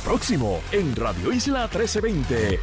próximo en Radio Isla 1320.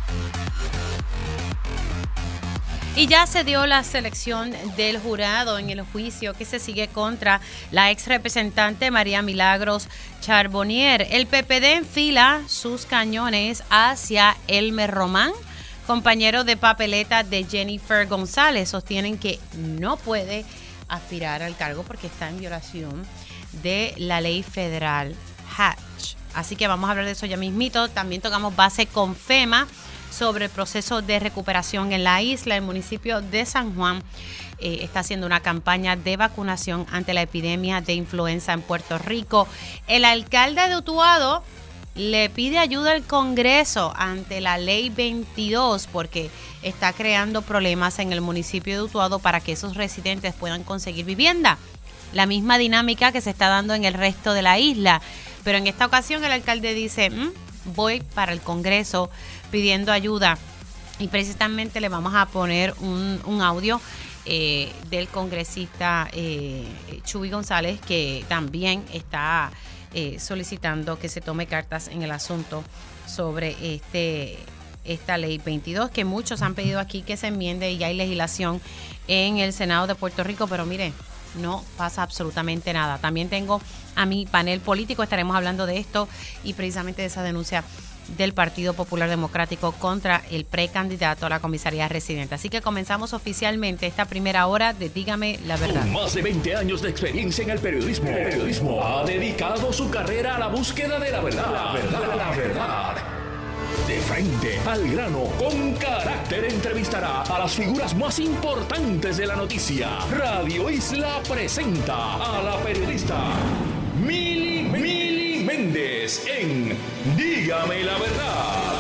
Y ya se dio la selección del jurado en el juicio que se sigue contra la ex representante María Milagros Charbonnier. El PPD enfila sus cañones hacia Elmer Román, compañero de papeleta de Jennifer González. Sostienen que no puede aspirar al cargo porque está en violación de la ley federal Hatch. Así que vamos a hablar de eso ya mismito. También tocamos base con FEMA sobre el proceso de recuperación en la isla. El municipio de San Juan está haciendo una campaña de vacunación ante la epidemia de influenza en Puerto Rico. El alcalde de Utuado le pide ayuda al Congreso ante la ley 22 porque está creando problemas en el municipio de Utuado para que esos residentes puedan conseguir vivienda. La misma dinámica que se está dando en el resto de la isla. Pero en esta ocasión el alcalde dice, voy para el Congreso pidiendo ayuda. Y precisamente le vamos a poner un audio del congresista Chuy González, que también está solicitando que se tome cartas en el asunto sobre esta ley 22, que muchos han pedido aquí que se enmiende y ya hay legislación en el Senado de Puerto Rico, pero mire, no pasa absolutamente nada. También tengo a mi panel político, estaremos hablando de esto y precisamente de esa denuncia del Partido Popular Democrático contra el precandidato a la comisaría residente. Así que comenzamos oficialmente esta primera hora de Dígame la Verdad. Con más de 20 años de experiencia en el periodismo ha dedicado su carrera a la búsqueda de la verdad. La verdad. De frente, al grano, con carácter, entrevistará a las figuras más importantes de la noticia. Radio Isla presenta a la periodista Mili Méndez en Dígame la Verdad.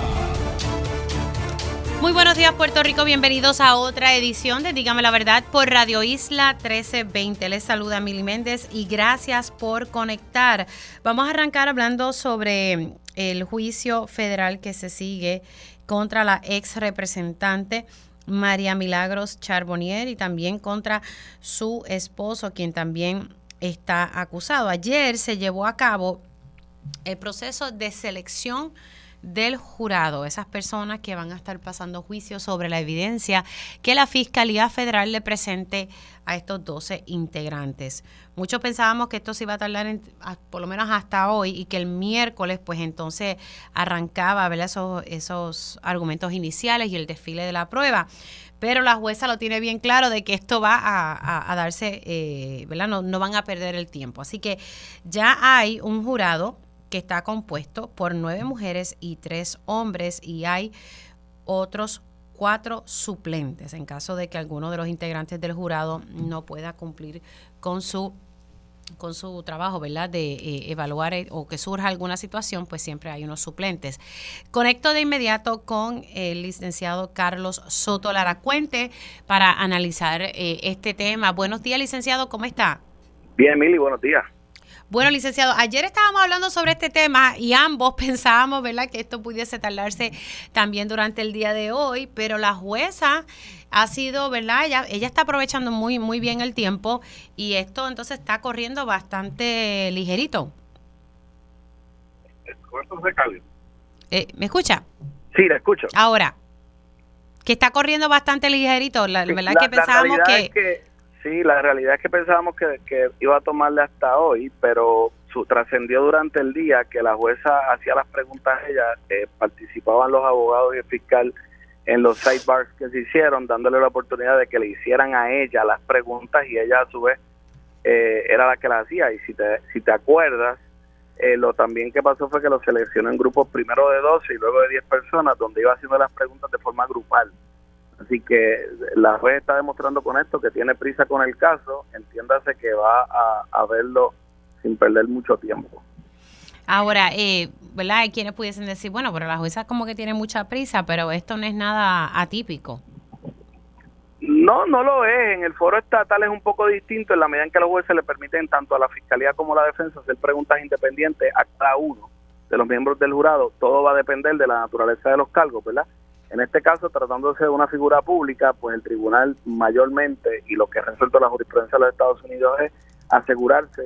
Muy buenos días, Puerto Rico. Bienvenidos a otra edición de Dígame la Verdad por Radio Isla 1320. Les saluda Mili Méndez y gracias por conectar. Vamos a arrancar hablando sobre el juicio federal que se sigue contra la ex representante María Milagros Charbonnier y también contra su esposo, quien también está acusado. Ayer se llevó a cabo el proceso de selección del jurado, esas personas que van a estar pasando juicio sobre la evidencia que la Fiscalía Federal le presente a estos 12 integrantes. Muchos pensábamos que esto se iba a tardar por lo menos hasta hoy y que el miércoles pues entonces arrancaba, ¿verdad?, esos argumentos iniciales y el desfile de la prueba. Pero la jueza lo tiene bien claro de que esto va a darse, ¿verdad? No van a perder el tiempo. Así que ya hay un jurado que está compuesto por 9 mujeres y 3 hombres y hay otros 4 suplentes en caso de que alguno de los integrantes del jurado no pueda cumplir con su trabajo, ¿verdad?, de evaluar o que surja alguna situación, pues siempre hay unos suplentes. Conecto de inmediato con el licenciado Carlos Soto Lara Cuente para analizar este tema. Buenos días, licenciado, ¿cómo está? Bien, Mili, buenos días. Bueno, licenciado, ayer estábamos hablando sobre este tema y ambos pensábamos, ¿verdad?, que esto pudiese tardarse también durante el día de hoy, pero la jueza ha sido, ¿verdad?, ella está aprovechando muy, muy bien el tiempo y esto entonces está corriendo bastante ligerito. ¿Me escucha? Sí, la escucho. Ahora, que está corriendo bastante ligerito, la verdad es que pensábamos Sí, la realidad es que pensábamos que iba a tomarle hasta hoy, pero trascendió durante el día que la jueza hacía las preguntas a ella, participaban los abogados y el fiscal en los sidebars que se hicieron, dándole la oportunidad de que le hicieran a ella las preguntas y ella a su vez era la que las hacía. Y si te acuerdas, lo también que pasó fue que lo seleccionó en grupos primero de 12 y luego de 10 personas, donde iba haciendo las preguntas de forma grupal. Así que la juez está demostrando con esto que tiene prisa con el caso, entiéndase que va a verlo sin perder mucho tiempo. Ahora, ¿verdad? Hay quienes pudiesen decir, bueno, pero la jueza como que tiene mucha prisa, pero esto no es nada atípico. No lo es. En el foro estatal es un poco distinto en la medida en que a los jueces le permiten tanto a la fiscalía como a la defensa hacer preguntas independientes a cada uno de los miembros del jurado. Todo va a depender de la naturaleza de los cargos, ¿verdad? En este caso, tratándose de una figura pública, pues el tribunal mayormente, y lo que ha resuelto la jurisprudencia de los Estados Unidos es asegurarse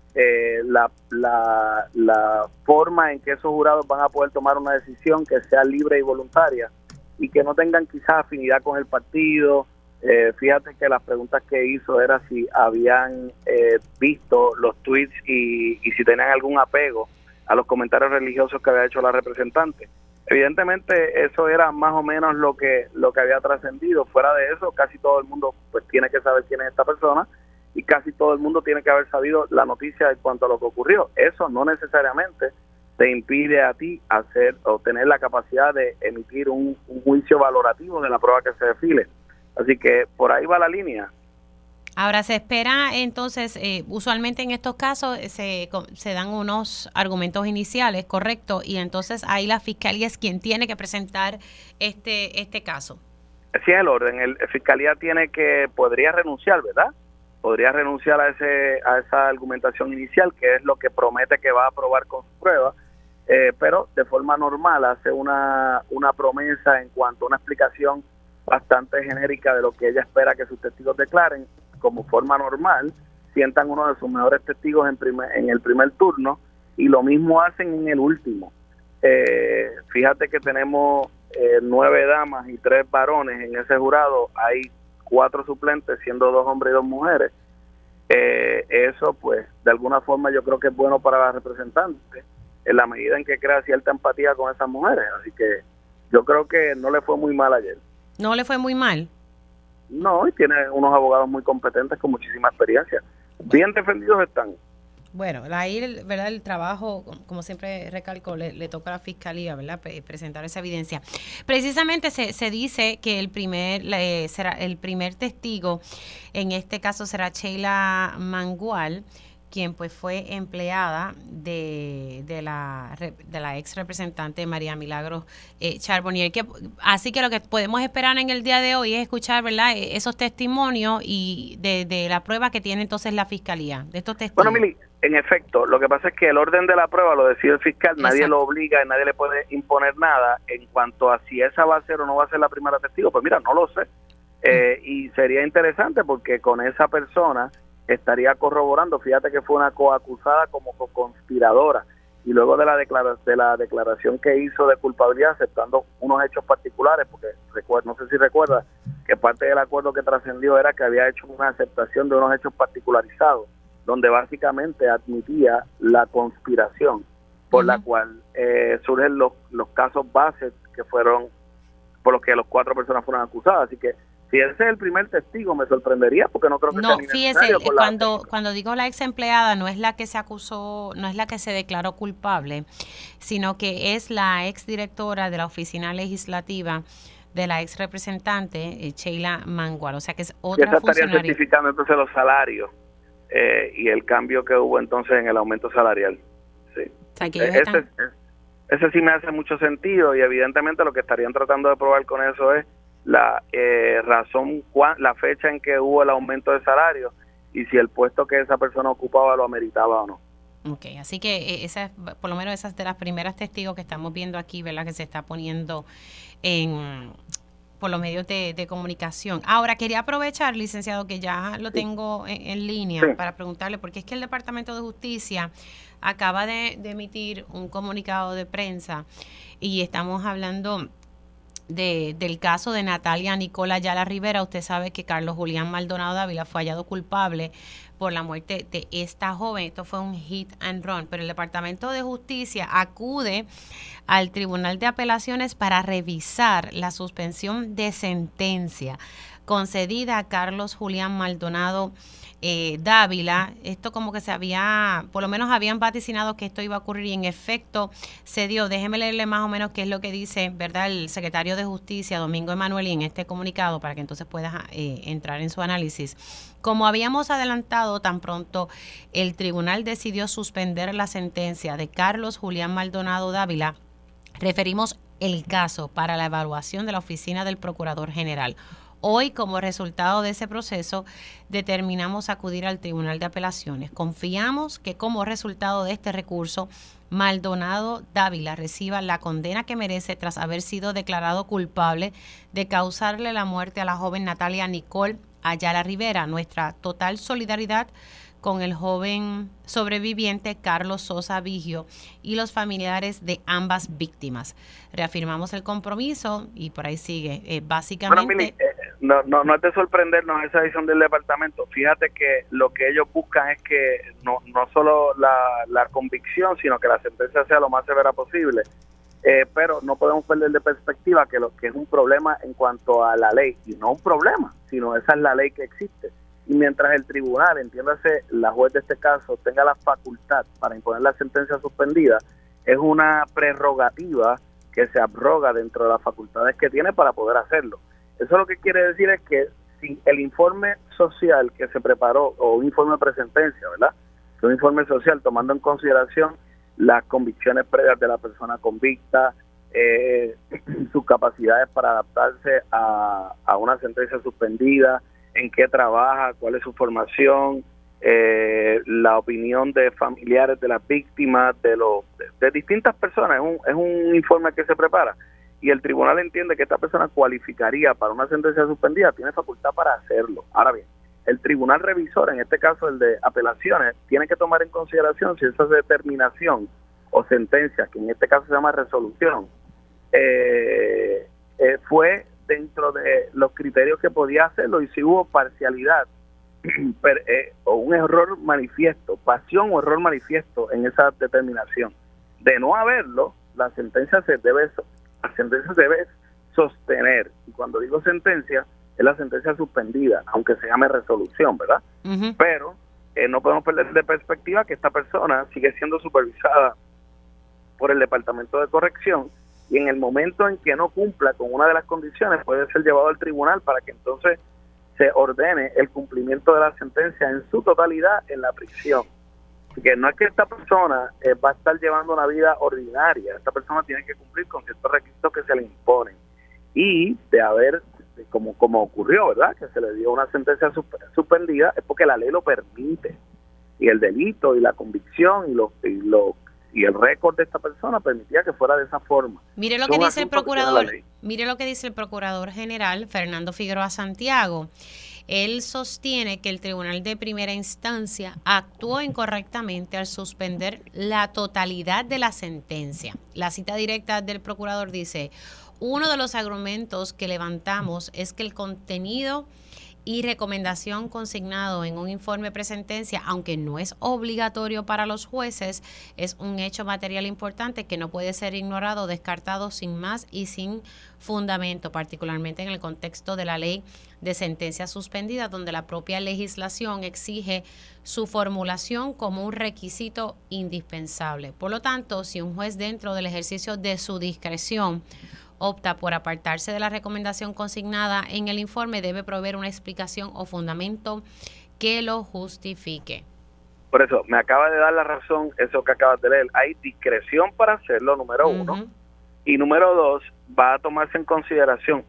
la forma en que esos jurados van a poder tomar una decisión que sea libre y voluntaria y que no tengan quizás afinidad con el partido. Fíjate que las preguntas que hizo era si habían visto los tweets y si tenían algún apego a los comentarios religiosos que había hecho la representante. Evidentemente eso era más o menos lo que había trascendido. Fuera de eso, casi todo el mundo pues tiene que saber quién es esta persona y casi todo el mundo tiene que haber sabido la noticia en cuanto a lo que ocurrió. Eso no necesariamente te impide a ti hacer o tener la capacidad de emitir un juicio valorativo de la prueba que se desfile. Así que por ahí va la línea. Ahora se espera entonces, usualmente en estos casos se dan unos argumentos iniciales, ¿correcto? Y entonces ahí la fiscalía es quien tiene que presentar este caso. Así es el orden. La fiscalía podría renunciar, ¿verdad? Podría renunciar a esa argumentación inicial, que es lo que promete que va a aprobar con su prueba, pero de forma normal hace una promesa en cuanto a una explicación bastante genérica de lo que ella espera que sus testigos declaren. Como forma normal, sientan uno de sus mejores testigos en el primer turno y lo mismo hacen en el último. Fíjate que tenemos 9 damas y 3 varones en ese jurado. Hay 4 suplentes, siendo 2 hombres y 2 mujeres. Eso, pues, de alguna forma yo creo que es bueno para la representante, en la medida en que crea cierta empatía con esas mujeres. Así que yo creo que no le fue muy mal ayer. ¿No le fue muy mal? No, y tiene unos abogados muy competentes con muchísima experiencia. Bien defendidos están. Bueno, ahí, ¿verdad? El trabajo, como siempre recalco, le toca a la fiscalía, ¿verdad? Presentar esa evidencia. Precisamente se dice que el primer testigo, en este caso será Sheila Mangual, quien pues fue empleada de la ex representante María Milagros Charbonnier. Así que lo que podemos esperar en el día de hoy es escuchar, ¿verdad?, esos testimonios y de la prueba que tiene entonces la fiscalía, de estos testigos. Bueno, Mili, en efecto, lo que pasa es que el orden de la prueba lo decide el fiscal. Exacto. Nadie lo obliga y nadie le puede imponer nada en cuanto a si esa va a ser o no va a ser la primera testigo. Pues mira, no lo sé. Y sería interesante porque con esa persona estaría corroborando. Fíjate que fue una coacusada como conspiradora y luego de la declaración que hizo de culpabilidad aceptando unos hechos particulares, porque no sé si recuerda que parte del acuerdo que trascendió era que había hecho una aceptación de unos hechos particularizados donde básicamente admitía la conspiración por la cual surgen los casos bases que fueron por los que las 4 personas fueron acusadas. Así que si ese es el primer testigo, me sorprendería porque no creo que sea ni necesario. No, fíjese, cuando digo la ex empleada, no es la que se acusó, no es la que se declaró culpable, sino que es la ex directora de la oficina legislativa de la ex representante, Sheila Mangual. O sea que es otra funcionaria. Estaría certificando entonces los salarios y el cambio que hubo entonces en el aumento salarial. Sí. O sea, que ese sí me hace mucho sentido y evidentemente lo que estarían tratando de probar con eso es la la fecha en que hubo el aumento de salario y si el puesto que esa persona ocupaba lo ameritaba o no. Ok, así que por lo menos esas de las primeras testigos que estamos viendo aquí, ¿verdad?, que se está poniendo por los medios de comunicación. Ahora, quería aprovechar, licenciado, que ya lo tengo en línea para preguntarle, porque es que el Departamento de Justicia acaba de emitir un comunicado de prensa y estamos hablando del caso de Natalia Nicole Ayala Rivera. Usted sabe que Carlos Julián Maldonado Dávila fue hallado culpable por la muerte de esta joven. Esto fue un hit and run, pero el Departamento de Justicia acude al Tribunal de Apelaciones para revisar la suspensión de sentencia concedida a Carlos Julián Maldonado Dávila. Esto como que por lo menos habían vaticinado que esto iba a ocurrir y en efecto se dio. Déjeme leerle más o menos qué es lo que dice, ¿verdad?, el secretario de Justicia, Domingo Emanueli, en este comunicado para que entonces puedas entrar en su análisis. Como habíamos adelantado, tan pronto el tribunal decidió suspender la sentencia de Carlos Julián Maldonado Dávila, referimos el caso para la evaluación de la oficina del Procurador General. Hoy, como resultado de ese proceso, determinamos acudir al Tribunal de Apelaciones. Confiamos que como resultado de este recurso, Maldonado Dávila reciba la condena que merece tras haber sido declarado culpable de causarle la muerte a la joven Natalia Nicole Ayala Rivera. Nuestra total solidaridad con el joven sobreviviente Carlos Sosa Vigio y los familiares de ambas víctimas. Reafirmamos el compromiso y por ahí sigue. Básicamente... Bueno, Mili, no es de sorprendernos esa decisión del departamento. Fíjate que lo que ellos buscan es que no solo la convicción, sino que la sentencia sea lo más severa posible. Pero no podemos perder de perspectiva que lo que es un problema en cuanto a la ley, y no un problema, sino esa es la ley que existe. Y mientras el tribunal, entiéndase, la juez de este caso, tenga la facultad para imponer la sentencia suspendida, es una prerrogativa que se abroga dentro de las facultades que tiene para poder hacerlo. Eso lo que quiere decir es que si el informe social que se preparó, o un informe de presentencia, ¿verdad? Un informe social tomando en consideración las convicciones previas de la persona convicta, sus capacidades para adaptarse a una sentencia suspendida, en qué trabaja, cuál es su formación, la opinión de familiares de las víctimas, de distintas personas. Es un informe que se prepara y el tribunal entiende que esta persona cualificaría para una sentencia suspendida, tiene facultad para hacerlo. Ahora bien, el tribunal revisor, en este caso el de apelaciones, tiene que tomar en consideración si esa determinación o sentencia, que en este caso se llama resolución, fue dentro de los criterios que podía hacerlo y si hubo parcialidad o un error manifiesto, pasión o error manifiesto en esa determinación. De no haberlo, la sentencia se debe sostener. Y cuando digo sentencia, es la sentencia suspendida, aunque se llame resolución, ¿verdad? Uh-huh. Pero no podemos perder de perspectiva que esta persona sigue siendo supervisada por el Departamento de Corrección y en el momento en que no cumpla con una de las condiciones puede ser llevado al tribunal para que entonces se ordene el cumplimiento de la sentencia en su totalidad en la prisión. Así que no es que esta persona va a estar llevando una vida ordinaria, esta persona tiene que cumplir con ciertos requisitos que se le imponen y de haber, como ocurrió, ¿verdad? Que se le dio una sentencia suspendida, es porque la ley lo permite y el delito y la convicción y el récord de esta persona permitía que fuera de esa forma. Mire lo que dice el procurador, mire lo que dice el procurador general Fernando Figueroa Santiago. Él sostiene que el tribunal de primera instancia actuó incorrectamente al suspender la totalidad de la sentencia. La cita directa del procurador dice: uno de los argumentos que levantamos es que el contenido y recomendación consignado en un informe presentencia, aunque no es obligatorio para los jueces, es un hecho material importante que no puede ser ignorado o descartado sin más y sin fundamento, particularmente en el contexto de la ley de sentencias suspendidas, donde la propia legislación exige su formulación como un requisito indispensable. Por lo tanto, si un juez dentro del ejercicio de su discreción opta por apartarse de la recomendación consignada en el informe, debe proveer una explicación o fundamento que lo justifique. Por eso, me acaba de dar la razón eso que acabas de leer. Hay discreción para hacerlo, número uno. Y número dos, va a tomarse en consideración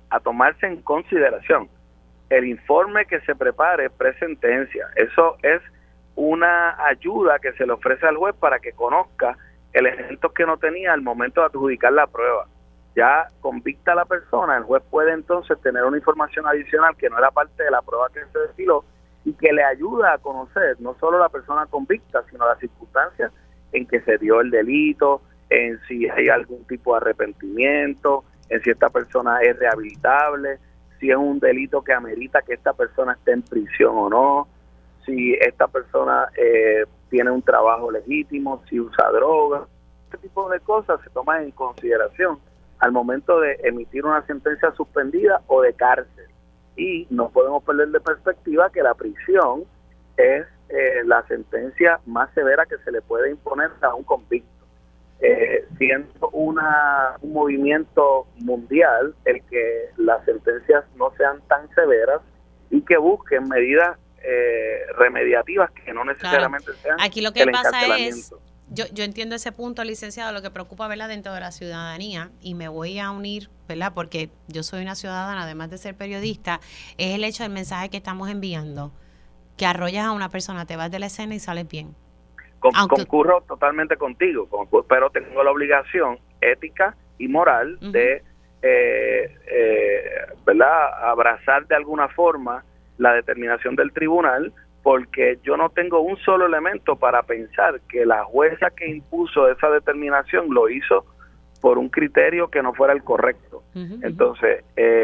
el informe que se prepare presentencia. Eso es una ayuda que se le ofrece al juez para que conozca elementos que no tenía al momento de adjudicar la prueba. Ya convicta a la persona, el juez puede entonces tener una información adicional que no era parte de la prueba que se destiló y que le ayuda a conocer no solo la persona convicta, sino las circunstancias en que se dio el delito, en si hay algún tipo de arrepentimiento, en si esta persona es rehabilitable, si es un delito que amerita que esta persona esté en prisión o no, si esta persona tiene un trabajo legítimo, si usa drogas. Este tipo de cosas se toman en consideración al momento de emitir una sentencia suspendida o de cárcel. Y no podemos perder de perspectiva que la prisión es la sentencia más severa que se le puede imponer a un convicto. Siendo un movimiento mundial el que las sentencias no sean tan severas y que busquen medidas remediativas que no necesariamente sean aquí lo que pasa es, yo entiendo ese punto, licenciado, lo que preocupa, ¿verdad?, dentro de la ciudadanía, y me voy a unir, ¿verdad?, porque yo soy una ciudadana, además de ser periodista, es el hecho del mensaje que estamos enviando, que arrollas a una persona, te vas de la escena y sales bien. Concurro totalmente contigo, pero tengo la obligación ética y moral de, ¿verdad?, abrazar de alguna forma la determinación del tribunal porque yo no tengo un solo elemento para pensar que la jueza que impuso esa determinación lo hizo por un criterio que no fuera el correcto. Entonces,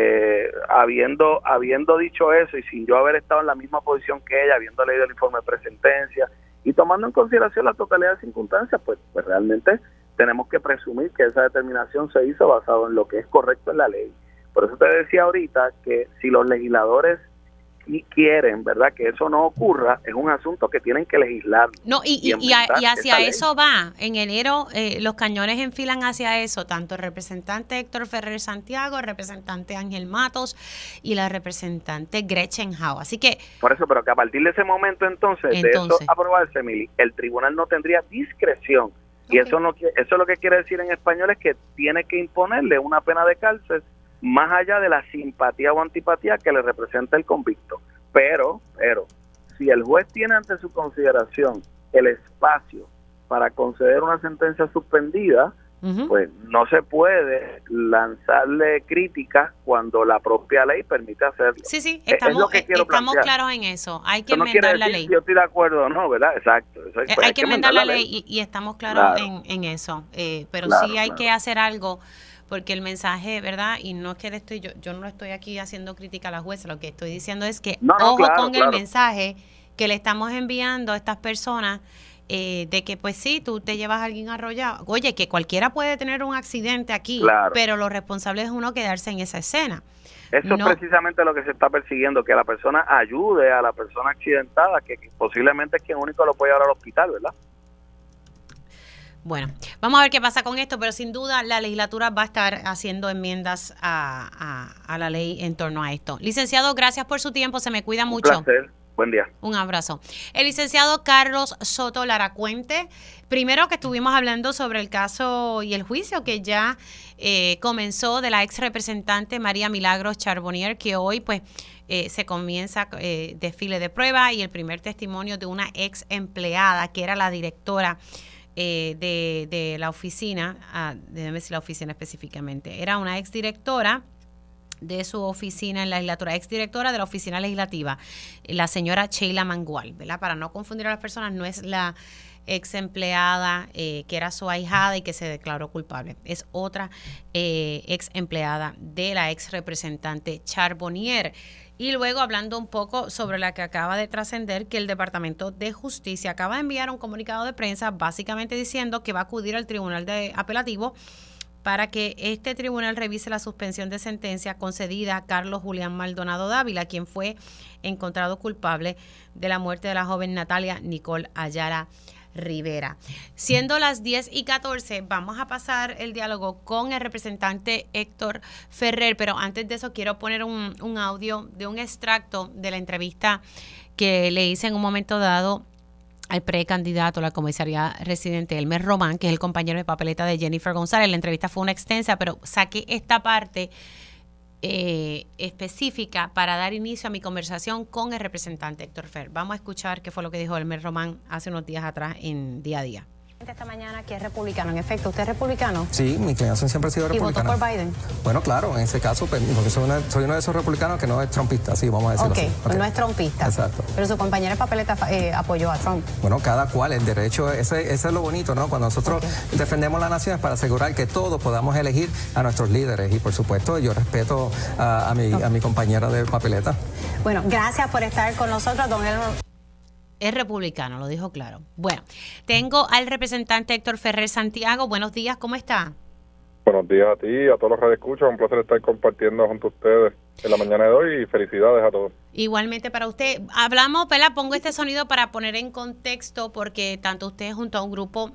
habiendo dicho eso y sin yo haber estado en la misma posición que ella, habiendo leído el informe de presentencia y tomando en consideración la totalidad de circunstancias, pues realmente tenemos que presumir que esa determinación se hizo basado en lo que es correcto en la ley. Por eso te decía ahorita que si los legisladores quieren, ¿verdad?, que eso no ocurra, es un asunto que tienen que legislar. No, y hacia eso va. En enero los cañones enfilan hacia eso, tanto el representante Héctor Ferrer Santiago, el representante Ángel Matos y la representante Gretchen Howe. Así que... Por eso, pero que a partir de ese momento entonces de eso aprobarse, Mili, el tribunal no tendría discreción. Y eso lo que quiere decir en español es que tiene que imponerle una pena de cárcel más allá de la simpatía o antipatía que le representa el convicto. Pero, si el juez tiene ante su consideración el espacio para conceder una sentencia suspendida, pues no se puede lanzarle críticas cuando la propia ley permite hacerlo. Sí, estamos claros en eso. Hay que enmendar la ley. Yo estoy de acuerdo, ¿no? ¿Verdad? Exacto. Pues hay que enmendar la ley y estamos claros en eso. Pero sí hay que hacer algo, porque el mensaje, ¿verdad? Y no es que yo no estoy aquí haciendo crítica a la jueza, lo que estoy diciendo es que el mensaje que le estamos enviando a estas personas de que pues sí, tú te llevas a alguien arrollado. Oye, que cualquiera puede tener un accidente aquí, pero lo responsable es uno quedarse en esa escena. Eso es precisamente lo que se está persiguiendo, que la persona ayude a la persona accidentada, que posiblemente es quien único lo puede llevar al hospital, ¿verdad? Bueno, vamos a ver qué pasa con esto, pero sin duda la legislatura va a estar haciendo enmiendas a la ley en torno a esto. Licenciado, gracias por su tiempo, se me cuida mucho. Un placer. Buen día. Un abrazo. El licenciado Carlos Soto Laracuente, primero que estuvimos hablando sobre el caso y el juicio que ya comenzó de la ex representante María Milagros Charbonnier, que hoy pues se comienza desfile de prueba y el primer testimonio de una ex empleada que era la directora de la oficina, déjame decir la oficina específicamente, era una ex directora de su oficina en la legislatura, exdirectora de la oficina legislativa, la señora Sheila Mangual, ¿verdad? Para no confundir a las personas, no es la ex empleada que era su ahijada y que se declaró culpable, es otra ex empleada de la ex representante Charbonnier. Y luego hablando un poco sobre la que acaba de trascender, que el Departamento de Justicia acaba de enviar un comunicado de prensa básicamente diciendo que va a acudir al Tribunal de Apelativo para que este tribunal revise la suspensión de sentencia concedida a Carlos Julián Maldonado Dávila, quien fue encontrado culpable de la muerte de la joven Natalia Nicole Ayala Rivera. Siendo las 10:14, vamos a pasar el diálogo con el representante Héctor Ferrer, pero antes de eso quiero poner un audio de un extracto de la entrevista que le hice en un momento dado al precandidato a la comisaría residente Elmer Román, que es el compañero de papeleta de Jennifer González. La entrevista fue una extensa, pero saqué esta parte específica para dar inicio a mi conversación con el representante Héctor Ferrer. Vamos a escuchar qué fue lo que dijo Elmer Román hace unos días atrás en Día a Día. Esta mañana que es republicano, en efecto, ¿usted es republicano? Sí, mi inclinación siempre ha sido republicana. ¿Y votó por Biden? Bueno, claro, en ese caso, pues, porque soy uno de esos republicanos que no es trumpista, sí, vamos a decirlo así. Pues no es trumpista. Exacto. Pero su compañera de papeleta apoyó a Trump. Bueno, cada cual, el derecho, ese es lo bonito, ¿no? Cuando nosotros defendemos la nación es para asegurar que todos podamos elegir a nuestros líderes y, por supuesto, yo respeto a mi compañera de papeleta. Bueno, gracias por estar con nosotros, don Elmer. Es republicano, lo dijo claro. Bueno, tengo al representante Héctor Ferrer Santiago. Buenos días, ¿cómo está? Buenos días a ti y a todos los radioescuchas. Un placer estar compartiendo junto a ustedes en la mañana de hoy y felicidades a todos. Igualmente para usted. Hablamos, ¿verdad? Pongo este sonido para poner en contexto porque tanto usted junto a un grupo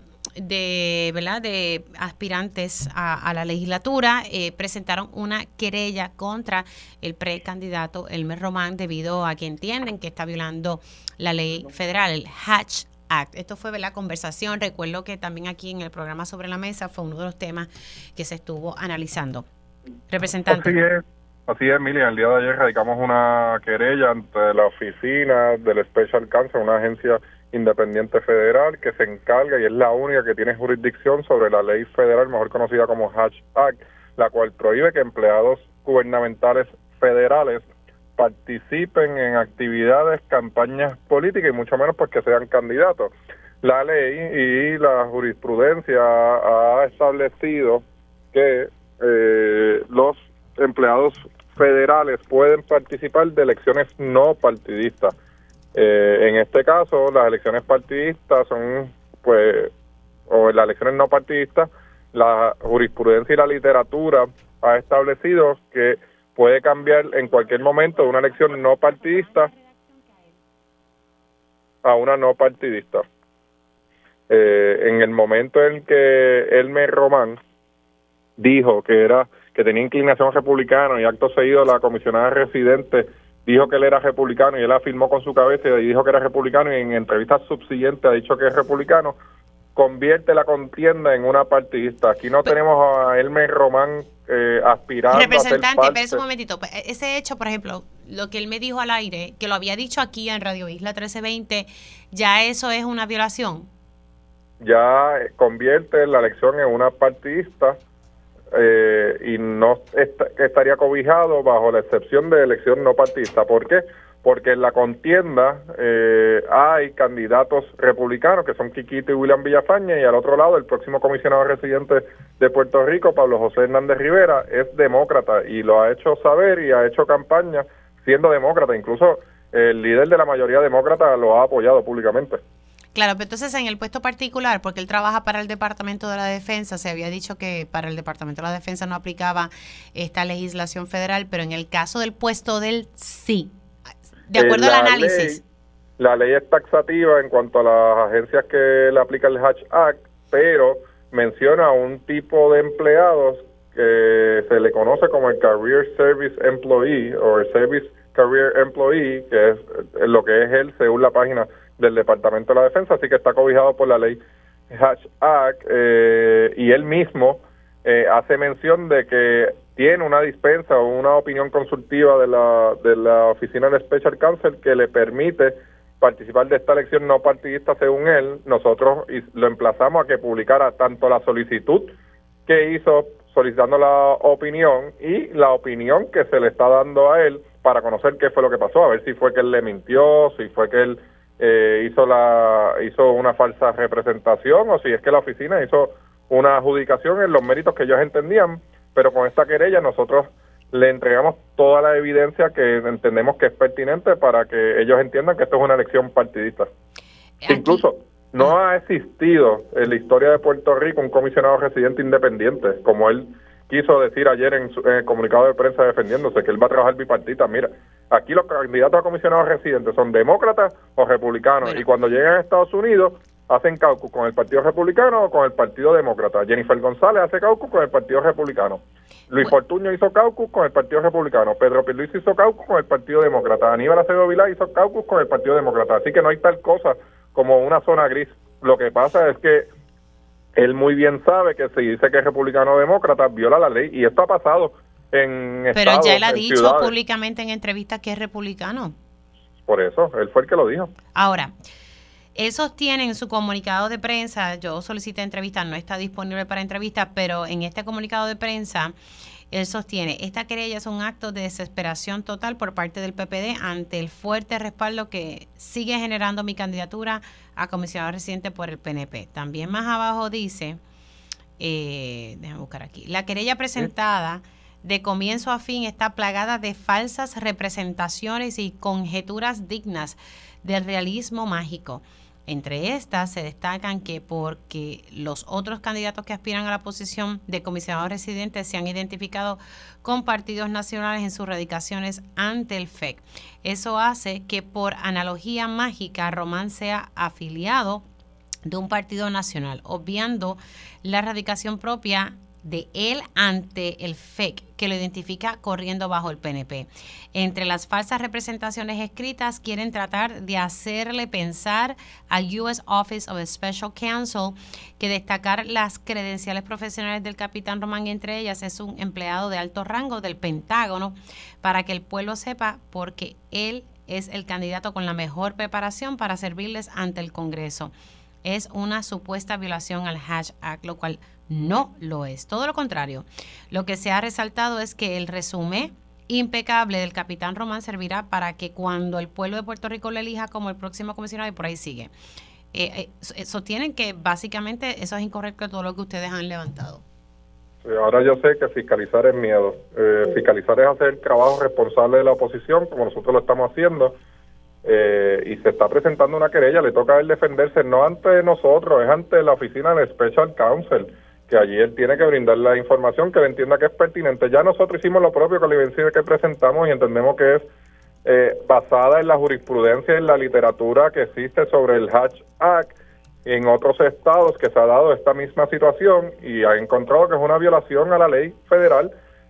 de aspirantes a la legislatura presentaron una querella contra el precandidato Elmer Román debido a que entienden que está violando la ley federal, el Hatch Act. Esto fue la conversación. Recuerdo que también aquí en el programa Sobre la Mesa fue uno de los temas que se estuvo analizando. Representante. Así es, Mili. El día de ayer radicamos una querella ante la oficina del Special Counsel, una agencia independiente federal que se encarga y es la única que tiene jurisdicción sobre la ley federal, mejor conocida como Hatch Act, la cual prohíbe que empleados gubernamentales federales participen en actividades, campañas políticas y mucho menos pues que sean candidatos. La ley y la jurisprudencia ha establecido que los empleados federales pueden participar de elecciones no partidistas. En este caso, las elecciones partidistas son, pues, o en las elecciones no partidistas, la jurisprudencia y la literatura ha establecido que puede cambiar en cualquier momento de una elección no partidista a una no partidista. En el momento en que Elmer Román dijo que tenía inclinación republicana y acto seguido la comisionada residente dijo que él era republicano y él afirmó con su cabeza y dijo que era republicano y en entrevistas subsiguientes ha dicho que es republicano, convierte la contienda en una partidista. Aquí no tenemos a Elmer Román aspirando a ser representante, parte. espérese un momentito. Ese hecho, por ejemplo, lo que él me dijo al aire, que lo había dicho aquí en Radio Isla 1320, ¿ya eso es una violación? Ya convierte la elección en una partidista y no estaría cobijado bajo la excepción de elección no partidista. ¿Por qué? Porque en la contienda hay candidatos republicanos que son Quiquito y William Villafañe, y al otro lado el próximo comisionado residente de Puerto Rico, Pablo José Hernández Rivera, es demócrata y lo ha hecho saber y ha hecho campaña siendo demócrata. Incluso el líder de la mayoría demócrata lo ha apoyado públicamente. Claro, pero entonces en el puesto particular, porque él trabaja para el Departamento de la Defensa, se había dicho que para el Departamento de la Defensa no aplicaba esta legislación federal, pero en el caso del puesto de él, sí. De acuerdo al análisis. La ley es taxativa en cuanto a las agencias que le aplica el Hatch Act, pero menciona un tipo de empleados que se le conoce como el Career Service Employee o el Service Career Employee, que es lo que es él según la página del Departamento de la Defensa, así que está cobijado por la ley Hatch Act y él mismo hace mención de que tiene una dispensa o una opinión consultiva de la oficina del Special Counsel que le permite participar de esta elección no partidista según él. Nosotros lo emplazamos a que publicara tanto la solicitud que hizo solicitando la opinión y la opinión que se le está dando a él para conocer qué fue lo que pasó, a ver si fue que él le mintió, si fue que él hizo una falsa representación o si es que la oficina hizo una adjudicación en los méritos que ellos entendían, pero con esta querella nosotros le entregamos toda la evidencia que entendemos que es pertinente para que ellos entiendan que esto es una elección partidista. Aquí, incluso no ha existido en la historia de Puerto Rico un comisionado residente independiente, como él quiso decir ayer en el comunicado de prensa defendiéndose, que él va a trabajar bipartita. Mira, aquí los candidatos a comisionados residentes son demócratas o republicanos, bueno, y cuando llegan a Estados Unidos hacen caucus con el Partido Republicano o con el Partido Demócrata. Jennifer González hace caucus con el Partido Republicano. Luis Fortuño hizo caucus con el Partido Republicano. Pedro Pierluisi hizo caucus con el Partido Demócrata. Aníbal Acevedo Vilá hizo caucus con el Partido Demócrata. Así que no hay tal cosa como una zona gris. Lo que pasa es que él muy bien sabe que si dice que es republicano o demócrata, viola la ley. Y esto ha pasado en estados, pero ya él ha dicho ciudades públicamente en entrevistas que es republicano. Por eso, él fue el que lo dijo. Ahora, él sostiene en su comunicado de prensa, yo solicité entrevistas, no está disponible para entrevistas, pero en este comunicado de prensa, él sostiene, esta querella es un acto de desesperación total por parte del PPD ante el fuerte respaldo que sigue generando mi candidatura a comisionado residente por el PNP. También más abajo dice, déjame buscar aquí, la querella presentada de comienzo a fin está plagada de falsas representaciones y conjeturas dignas del realismo mágico. Entre estas se destacan que porque los otros candidatos que aspiran a la posición de comisionado residente se han identificado con partidos nacionales en sus radicaciones ante el FEC. Eso hace que por analogía mágica Román sea afiliado de un partido nacional, obviando la radicación propia de él ante el FEC, que lo identifica corriendo bajo el PNP. Entre las falsas representaciones escritas, quieren tratar de hacerle pensar al U.S. Office of Special Counsel que destacar las credenciales profesionales del capitán Román, entre ellas es un empleado de alto rango del Pentágono, para que el pueblo sepa porque él es el candidato con la mejor preparación para servirles ante el Congreso. Es una supuesta violación al Hatch Act, lo cual no lo es. Todo lo contrario. Lo que se ha resaltado es que él resume impecable del capitán Román servirá para que cuando el pueblo de Puerto Rico lo elija como el próximo comisionado, y por ahí sigue. Sostienen que básicamente eso es incorrecto, todo lo que ustedes han levantado. Sí, ahora yo sé que fiscalizar es miedo. Fiscalizar es hacer el trabajo responsable de la oposición, como nosotros lo estamos haciendo, y se está presentando una querella, le toca a él defenderse, no ante nosotros, es ante la oficina del Special Counsel, que allí él tiene que brindar la información que él entienda que es pertinente. Ya nosotros hicimos lo propio con la evidencia que presentamos y entendemos que es basada en la jurisprudencia y en la literatura que existe sobre el Hatch Act en otros estados que se ha dado esta misma situación y ha encontrado que es una violación a la ley federal.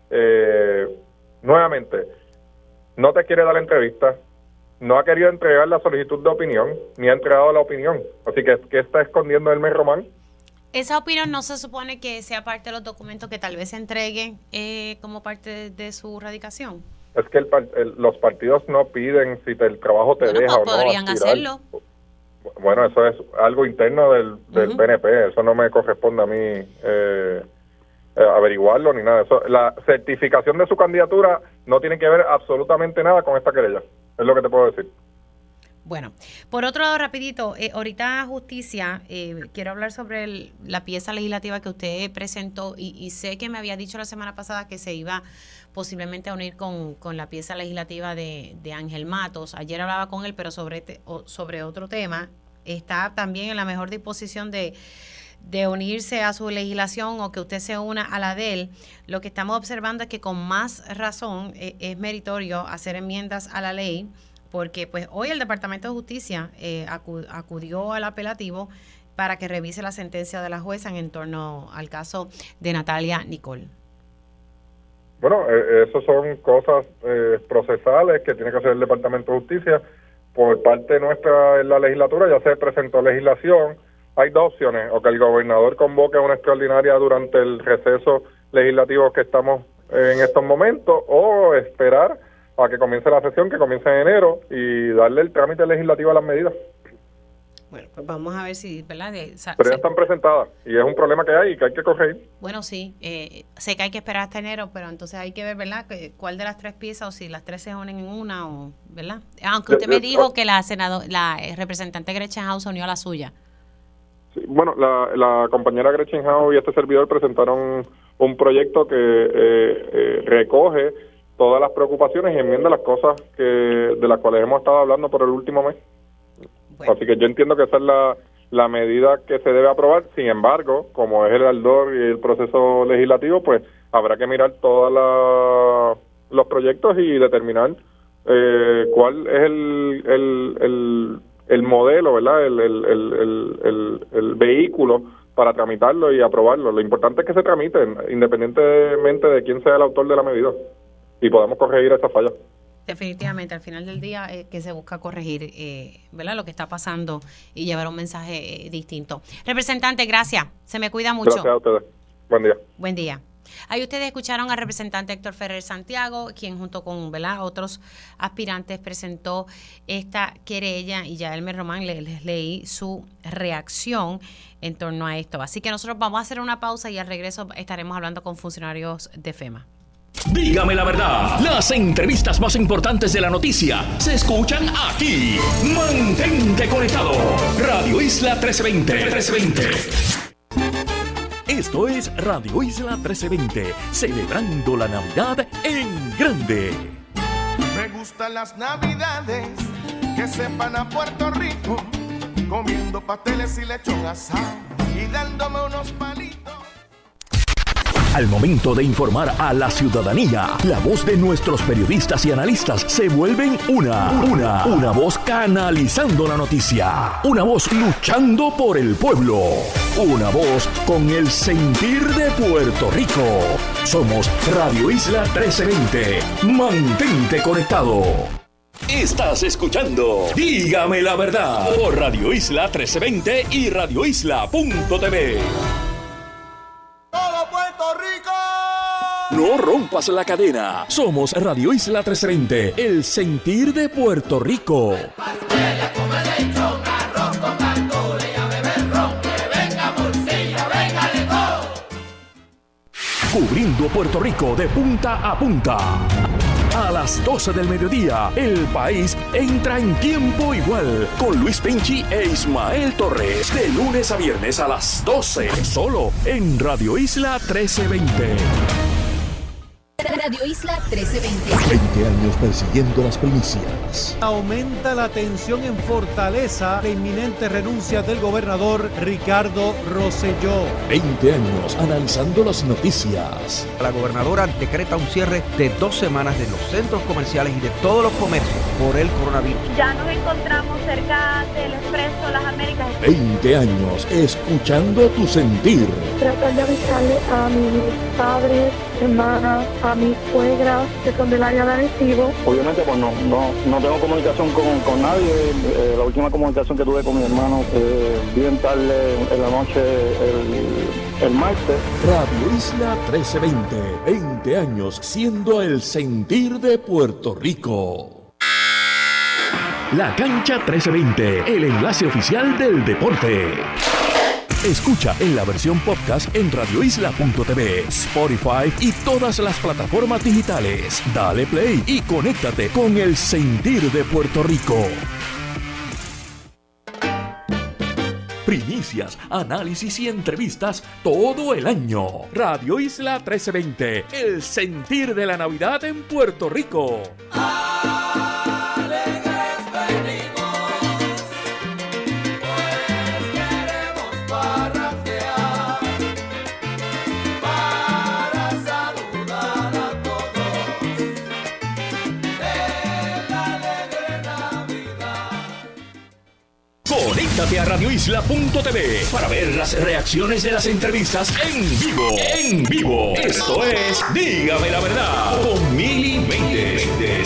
Nuevamente, no te quiere dar la entrevista, no ha querido entregar la solicitud de opinión, ni ha entregado la opinión. Así que, ¿qué está escondiendo Elmer Román? ¿Esa opinión no se supone que sea parte de los documentos que tal vez se entreguen como parte de su radicación? Es que los partidos no piden si el trabajo te deja o no. Podrían hacerlo. Bueno, eso es algo interno del PNP, eso no me corresponde a mí averiguarlo ni nada. Eso, la certificación de su candidatura no tiene que ver absolutamente nada con esta querella, es lo que te puedo decir. Bueno, por otro lado, rapidito, ahorita Justicia, quiero hablar sobre la pieza legislativa que usted presentó y sé que me había dicho la semana pasada que se iba posiblemente a unir con la pieza legislativa de Ángel Matos. Ayer hablaba con él, pero sobre otro tema. Está también en la mejor disposición de unirse a su legislación o que usted se una a la de él. Lo que estamos observando es que con más razón es meritorio hacer enmiendas a la ley, porque pues hoy el Departamento de Justicia acudió al apelativo para que revise la sentencia de la jueza en torno al caso de Natalia Nicole. Bueno, eso son cosas procesales que tiene que hacer el Departamento de Justicia. Por parte nuestra en la legislatura ya se presentó legislación. Hay dos opciones, o que el gobernador convoque una extraordinaria durante el receso legislativo que estamos en estos momentos, o esperar a que comience la sesión, que comience en enero, y darle el trámite legislativo a las medidas. Bueno, pues vamos a ver si, ¿verdad? Pero ya están presentadas y es un problema que hay y que hay que corregir. Bueno, sí, sé que hay que esperar hasta enero, pero entonces hay que ver, ¿verdad? Cuál de las tres piezas, o si las tres se unen en una, o ¿verdad? Aunque usted me dijo que la representante Gretchen Howe se unió a la suya. Sí, bueno, la compañera Gretchen Howe y este servidor presentaron un proyecto que recoge todas las preocupaciones y enmienda las cosas de las cuales hemos estado hablando por el último mes. Bueno. Así que yo entiendo que esa es la medida que se debe aprobar. Sin embargo, como es el ardor y el proceso legislativo, pues habrá que mirar todos los proyectos y determinar cuál es el modelo, ¿verdad? El vehículo para tramitarlo y aprobarlo. Lo importante es que se tramiten, independientemente de quién sea el autor de la medida, y podamos corregir esa falla. Definitivamente, al final del día que se busca corregir, ¿verdad? Lo que está pasando y llevar un mensaje distinto. Representante, gracias. Se me cuida mucho. Gracias a ustedes. Buen día. Buen día. Ahí ustedes escucharon al representante Héctor Ferrer Santiago, quien junto con, ¿verdad?, otros aspirantes presentó esta querella, y ya Elmer Román les leí su reacción en torno a esto. Así que nosotros vamos a hacer una pausa y al regreso estaremos hablando con funcionarios de FEMA. Dígame la verdad, las entrevistas más importantes de la noticia se escuchan aquí. Mantente conectado. Radio Isla 1320. Esto es Radio Isla 1320, celebrando la Navidad en grande. Me gustan las Navidades que sepan a Puerto Rico, comiendo pasteles y lechón asado y dándome unos palitos. Al momento de informar a la ciudadanía, la voz de nuestros periodistas y analistas se vuelven una voz canalizando la noticia, una voz luchando por el pueblo, una voz con el sentir de Puerto Rico. Somos Radio Isla 1320. Mantente conectado. Estás escuchando Dígame la verdad por Radio Isla 1320 y radioisla.tv. ¡Todo Puerto Rico! No rompas la cadena. Somos Radio Isla 1320, el sentir de Puerto Rico. Cubriendo Puerto Rico de punta a punta. A las 12 del mediodía, el país entra en tiempo igual con Luis Pinchi e Ismael Torres. De lunes a viernes a las 12, solo en Radio Isla 1320. Radio Isla 1320. 20 años persiguiendo las primicias. Aumenta la tensión en Fortaleza, la inminente renuncia del gobernador Ricardo Rosselló. 20 años analizando las noticias. La gobernadora decreta un cierre de 2 semanas de los centros comerciales y de todos los comercios por el coronavirus. Ya nos encontramos cerca del Expreso Las Américas. 20 años escuchando tu sentir. Tratar de avisarle a mis padres, hermanas, a mi suegra, que son del área de Arecibo. Obviamente pues no tengo comunicación con nadie. La última comunicación que tuve con mi hermano bien tarde en la noche el martes. Radio Isla 1320, 20 años siendo el sentir de Puerto Rico. La Cancha 1320, el enlace oficial del deporte. Escucha en la versión podcast en radioisla.tv, Spotify y todas las plataformas digitales. Dale play y conéctate con el sentir de Puerto Rico. Primicias, análisis y entrevistas todo el año. Radio Isla 1320, el sentir de la Navidad en Puerto Rico. Conéctate a radioisla.tv para ver las reacciones de las entrevistas en vivo. En vivo. Esto es Dígame la Verdad con Mili Méndez.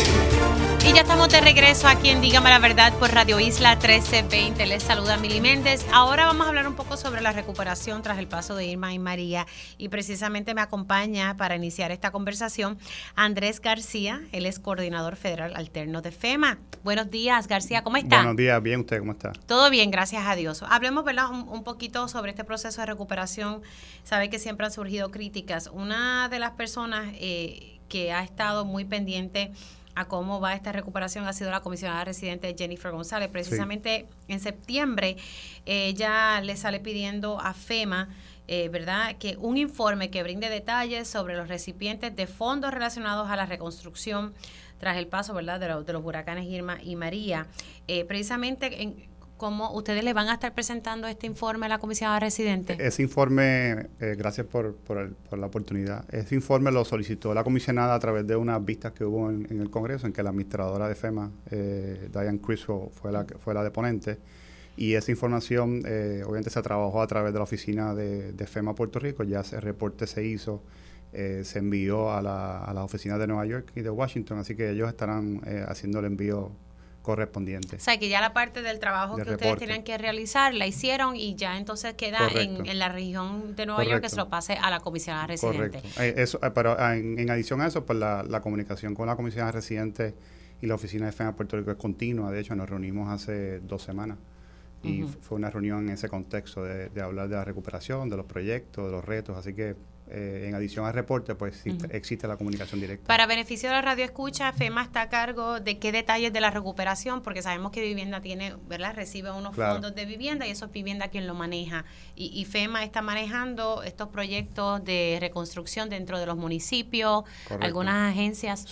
Y ya estamos de regreso aquí en Dígame la Verdad por Radio Isla 1320. Les saluda Mili Méndez. Ahora vamos a hablar un poco sobre la recuperación tras el paso de Irma y María. Y precisamente me acompaña para iniciar esta conversación Andrés García. Él es coordinador federal alterno de FEMA. Buenos días, García. ¿Cómo está? Buenos días. Bien, ¿usted cómo está? Todo bien, gracias a Dios. Hablemos, ¿verdad?, un poquito sobre este proceso de recuperación. Sabe que siempre han surgido críticas. Una de las personas que ha estado muy pendiente a cómo va esta recuperación ha sido la comisionada residente Jennifer González. Precisamente en septiembre ella le sale pidiendo a FEMA, ¿verdad?, que un informe que brinde detalles sobre los recipientes de fondos relacionados a la reconstrucción tras el paso, ¿verdad?, de los huracanes Irma y María. Precisamente ¿cómo ustedes le van a estar presentando este informe a la comisionada residente? Ese informe, gracias por la oportunidad, ese informe lo solicitó la comisionada a través de unas vistas que hubo en el Congreso, en que la administradora de FEMA, Diane Criswell, fue la deponente, y esa información obviamente se trabajó a través de la oficina de FEMA Puerto Rico. Ya ese reporte se hizo, se envió a las oficinas de Nueva York y de Washington, así que ellos estarán haciendo el envío correspondiente. O sea, que ya la parte del trabajo que ustedes tenían que realizar la hicieron y ya entonces queda en la región de Nueva York, que se lo pase a la comisionada residente. Correcto. Pero en adición a eso, pues la comunicación con la comisionada residente y la oficina de FEMA Puerto Rico es continua. De hecho, nos reunimos hace 2 semanas y fue una reunión en ese contexto de hablar de la recuperación, de los proyectos, de los retos, así que en adición al reporte, pues existe la comunicación directa. Para beneficio de la radio escucha, FEMA está a cargo de qué detalles de la recuperación, porque sabemos que vivienda tiene, ¿verdad?, recibe unos fondos de vivienda y eso es vivienda quien lo maneja. Y FEMA está manejando estos proyectos de reconstrucción dentro de los municipios. Correcto. Algunas agencias.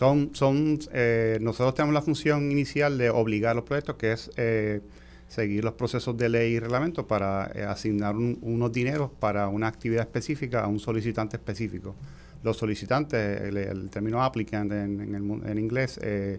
Nosotros tenemos la función inicial de obligar los proyectos, que es seguir los procesos de ley y reglamento para asignar unos dineros para una actividad específica a un solicitante específico. Los solicitantes, el término applicant en inglés,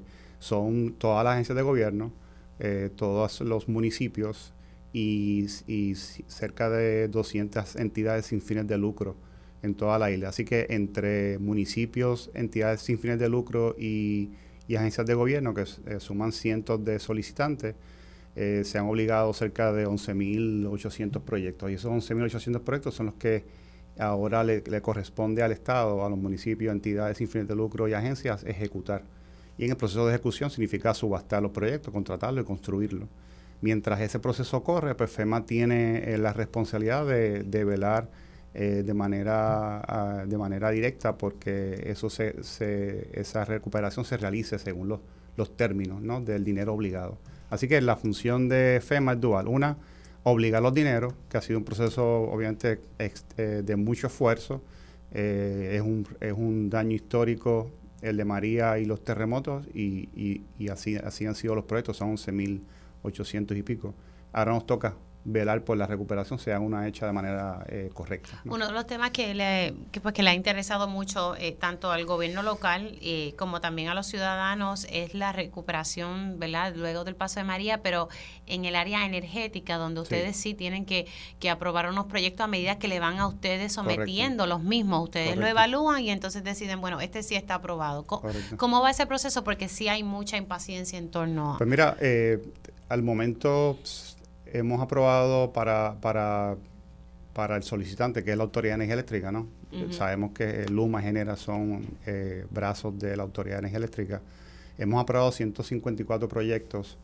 son todas las agencias de gobierno, todos los municipios y cerca de 200 entidades sin fines de lucro en toda la isla. Así que entre municipios, entidades sin fines de lucro y agencias de gobierno, que suman cientos de solicitantes, se han obligado cerca de 11.800 proyectos. Y esos 11.800 proyectos son los que ahora le corresponde al Estado, a los municipios, entidades sin fines de lucro y agencias ejecutar. Y en el proceso de ejecución significa subastar los proyectos, contratarlos y construirlos. Mientras ese proceso corre, pues FEMA tiene la responsabilidad de velar de manera directa, porque esa recuperación se realice según los términos, ¿no?, del dinero obligado. Así que la función de FEMA es dual. Una, obligar los dineros, que ha sido un proceso obviamente de mucho esfuerzo. Es un daño histórico el de María y los terremotos, y así han sido los proyectos, son 11.800 y pico. Ahora nos toca velar por la recuperación sea una hecha de manera correcta, ¿no? Uno de los temas que le ha interesado mucho tanto al gobierno local como también a los ciudadanos es la recuperación, ¿verdad?, luego del paso de María, pero en el área energética, donde ustedes sí tienen que aprobar unos proyectos a medida que le van a ustedes sometiendo. Correcto. Los mismos. Ustedes Correcto. Lo evalúan y entonces deciden, bueno, este sí está aprobado. ¿Cómo va ese proceso? Porque sí hay mucha impaciencia en torno a... Pues mira, al momento hemos aprobado para el solicitante, que es la Autoridad de Energía Eléctrica, ¿no? Uh-huh. Sabemos que Luma y Genera son brazos de la Autoridad de Energía Eléctrica. Hemos aprobado 154 proyectos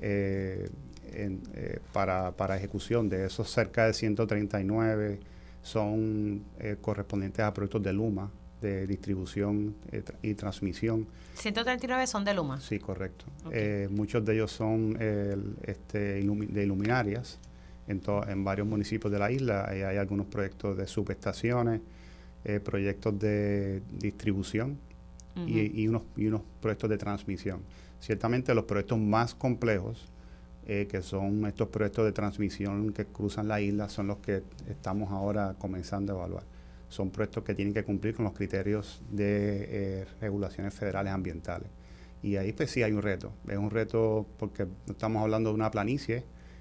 para ejecución. De esos, cerca de 139 son correspondientes a proyectos de Luma, de distribución y transmisión. 139 son de Luma. Sí, correcto. Okay. Muchos de ellos son de luminarias en varios municipios de la isla. Hay algunos proyectos de subestaciones, proyectos de distribución uh-huh. y unos proyectos de transmisión. Ciertamente los proyectos más complejos, que son estos proyectos de transmisión que cruzan la isla, son los que estamos ahora comenzando a evaluar. Son proyectos que tienen que cumplir con los criterios de regulaciones federales ambientales. Y ahí pues sí hay un reto. Es un reto porque estamos hablando de una planicie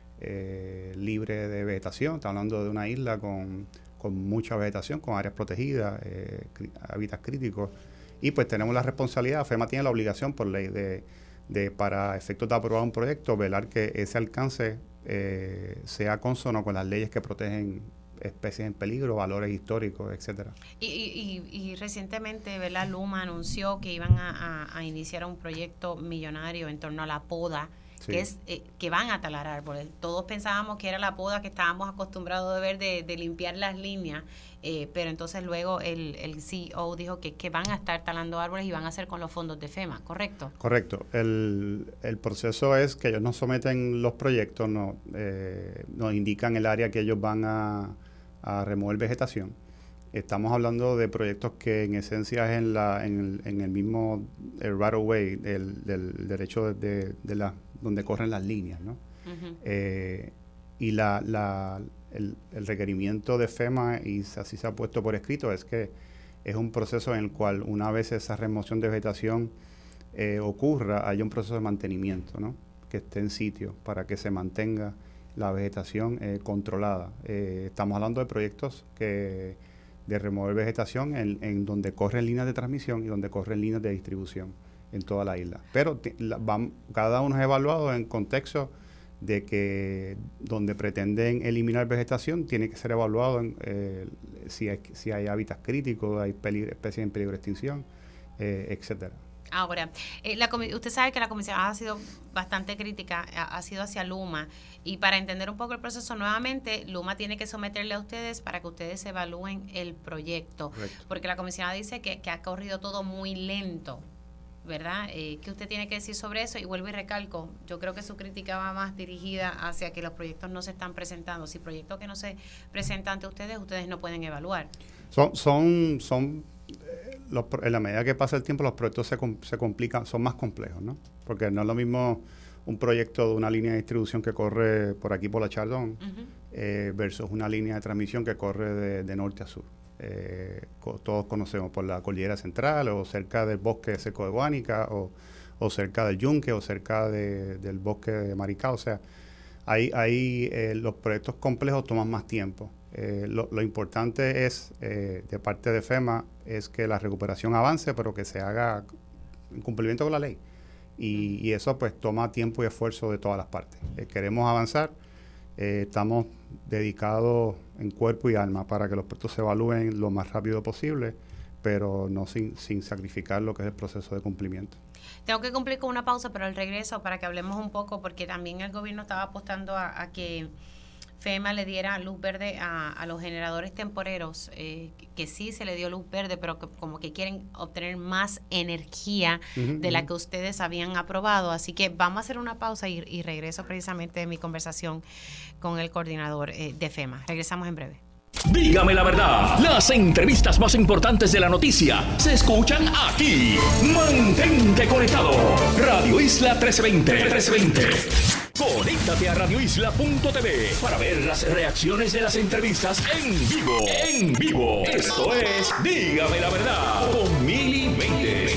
libre de vegetación, estamos hablando de una isla con mucha vegetación, con áreas protegidas, hábitats críticos. Y pues tenemos la responsabilidad, FEMA tiene la obligación por ley de para efectos de aprobar un proyecto, velar que ese alcance sea consono con las leyes que protegen especies en peligro, valores históricos, etcétera. Y recientemente, ¿verdad?, Luma anunció que iban a iniciar un proyecto millonario en torno a la poda, sí. que es que van a talar árboles. Todos pensábamos que era la poda que estábamos acostumbrados de ver de limpiar las líneas, pero entonces luego el CEO dijo que van a estar talando árboles y van a hacer con los fondos de FEMA, ¿correcto? Correcto. El proceso es que ellos nos someten los proyectos, nos indican el área que ellos van a remover vegetación. Estamos hablando de proyectos que en esencia es en el mismo right of way del derecho de donde corren las líneas, ¿no? Uh-huh. Y el requerimiento de FEMA, y así se ha puesto por escrito, es que es un proceso en el cual una vez esa remoción de vegetación ocurra, haya un proceso de mantenimiento, ¿no?, que esté en sitio para que se mantenga la vegetación controlada. Estamos hablando de proyectos de remover vegetación en donde corren líneas de transmisión y donde corren líneas de distribución en toda la isla. Pero cada uno es evaluado en contexto de que donde pretenden eliminar vegetación tiene que ser evaluado si hay hábitats críticos, hay especies en peligro de extinción, etcétera. Ahora, usted sabe que la comisión ha sido bastante crítica, ha sido hacia Luma, y para entender un poco el proceso nuevamente, Luma tiene que someterle a ustedes para que ustedes evalúen el proyecto. Correcto. Porque la comisionada dice que ha corrido todo muy lento, ¿verdad? ¿Qué usted tiene que decir sobre eso? Y vuelvo y recalco, yo creo que su crítica va más dirigida hacia que los proyectos no se están presentando. Si proyectos que no se presentan ante ustedes no pueden evaluar. En la medida que pasa el tiempo, los proyectos se complican, son más complejos, ¿no? Porque no es lo mismo un proyecto de una línea de distribución que corre por aquí por la Chardón uh-huh. Versus una línea de transmisión que corre de norte a sur. Todos conocemos por la Cordillera Central o cerca del bosque seco de Guánica o cerca del Yunque o cerca del bosque de Maricá. O sea, los proyectos complejos toman más tiempo. Lo importante es, de parte de FEMA, es que la recuperación avance, pero que se haga en cumplimiento con la ley. Y eso pues toma tiempo y esfuerzo de todas las partes. Queremos avanzar, estamos dedicados en cuerpo y alma para que los proyectos se evalúen lo más rápido posible, pero no sin sacrificar lo que es el proceso de cumplimiento. Tengo que cumplir con una pausa, pero al regreso para que hablemos un poco, porque también el gobierno estaba apostando a que FEMA le diera luz verde a los generadores temporeros, que sí se le dio luz verde, pero que como que quieren obtener más energía de la que ustedes habían aprobado. Así que vamos a hacer una pausa y regreso precisamente de mi conversación con el coordinador de FEMA. Regresamos en breve. Dígame la verdad, las entrevistas más importantes de la noticia se escuchan aquí. Mantente conectado. Radio Isla 1320. Conéctate a radioisla.tv para ver las reacciones de las entrevistas en vivo. En vivo. Esto es Dígame la verdad con Mili Méndez.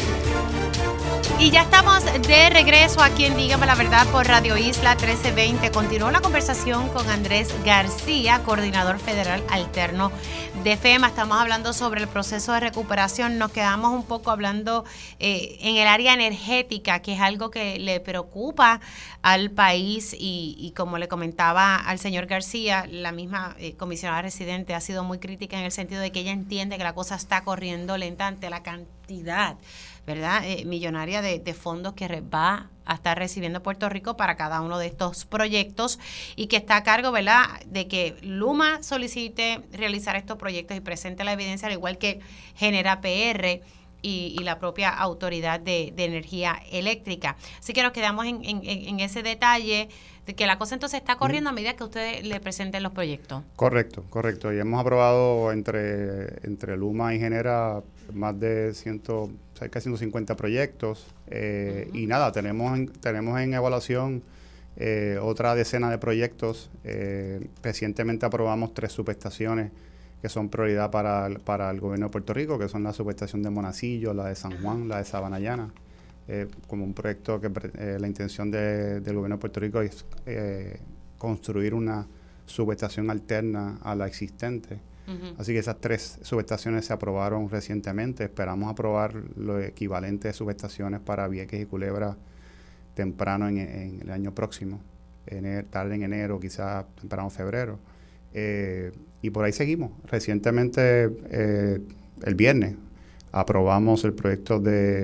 Y ya estamos de regreso aquí en Dígame la Verdad por Radio Isla 1320. Continuó la conversación con Andrés García, coordinador federal alterno de FEMA. Estamos hablando sobre el proceso de recuperación. Nos quedamos un poco hablando en el área energética, que es algo que le preocupa al país y como le comentaba al señor García, la misma comisionada residente ha sido muy crítica en el sentido de que ella entiende que la cosa está corriendo lenta ante la cantidad, ¿verdad?, millonaria de fondos que va a estar recibiendo Puerto Rico para cada uno de estos proyectos y que está a cargo, ¿verdad?, de que Luma solicite realizar estos proyectos y presente la evidencia, al igual que Genera PR y la propia Autoridad de Energía Eléctrica. Así que nos quedamos en ese detalle de que la cosa entonces está corriendo a medida que ustedes le presenten los proyectos. Correcto. Y hemos aprobado entre Luma y Genera más de cerca de 150 proyectos. Y nada, tenemos en evaluación otra decena de proyectos. Recientemente aprobamos 3 subestaciones que son prioridad para el gobierno de Puerto Rico, que son la subestación de Monacillo, la de San Juan, la de Sabanayana, como un proyecto que la intención del gobierno de Puerto Rico es construir una subestación alterna a la existente. Así que esas 3 subestaciones se aprobaron recientemente. Esperamos aprobar lo equivalente de subestaciones para Vieques y Culebra temprano en el año próximo, tarde en enero, quizás temprano en febrero. Y por ahí seguimos. Recientemente, el viernes, aprobamos el proyecto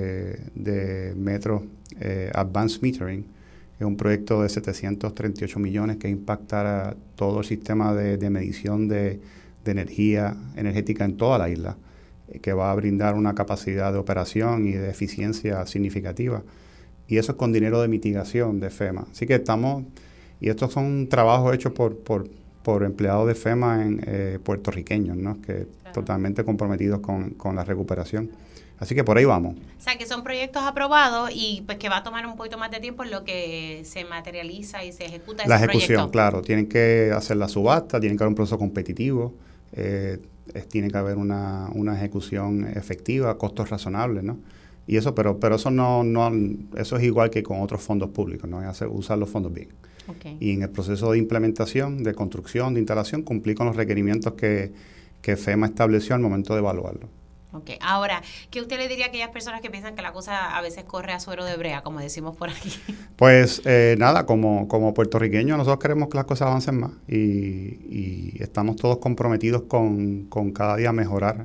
de Metro Advanced Metering, que es un proyecto de 738 millones que impactará todo el sistema de medición de energía energética en toda la isla, que va a brindar una capacidad de operación y de eficiencia significativa. Y eso es con dinero de mitigación de FEMA. Así que y estos son trabajos hechos por empleados de FEMA puertorriqueños, ¿no?, que totalmente comprometidos con la recuperación. Así que por ahí vamos. O sea, que son proyectos aprobados y pues que va a tomar un poquito más de tiempo en lo que se materializa y se ejecuta ese proyecto. La ejecución, claro. Tienen que hacer la subasta, tienen que haber un proceso competitivo, tiene que haber una ejecución efectiva, costos razonables, ¿no? Y eso, pero eso eso es igual que con otros fondos públicos, ¿no? Es usar los fondos bien. Okay. Y en el proceso de implementación, de construcción, de instalación, cumplir con los requerimientos que FEMA estableció al momento de evaluarlo. Ok, ahora, ¿qué usted le diría a aquellas personas que piensan que la cosa a veces corre a suero de brea, como decimos por aquí? Pues nada, como puertorriqueños nosotros queremos que las cosas avancen más y estamos todos comprometidos con cada día mejorar,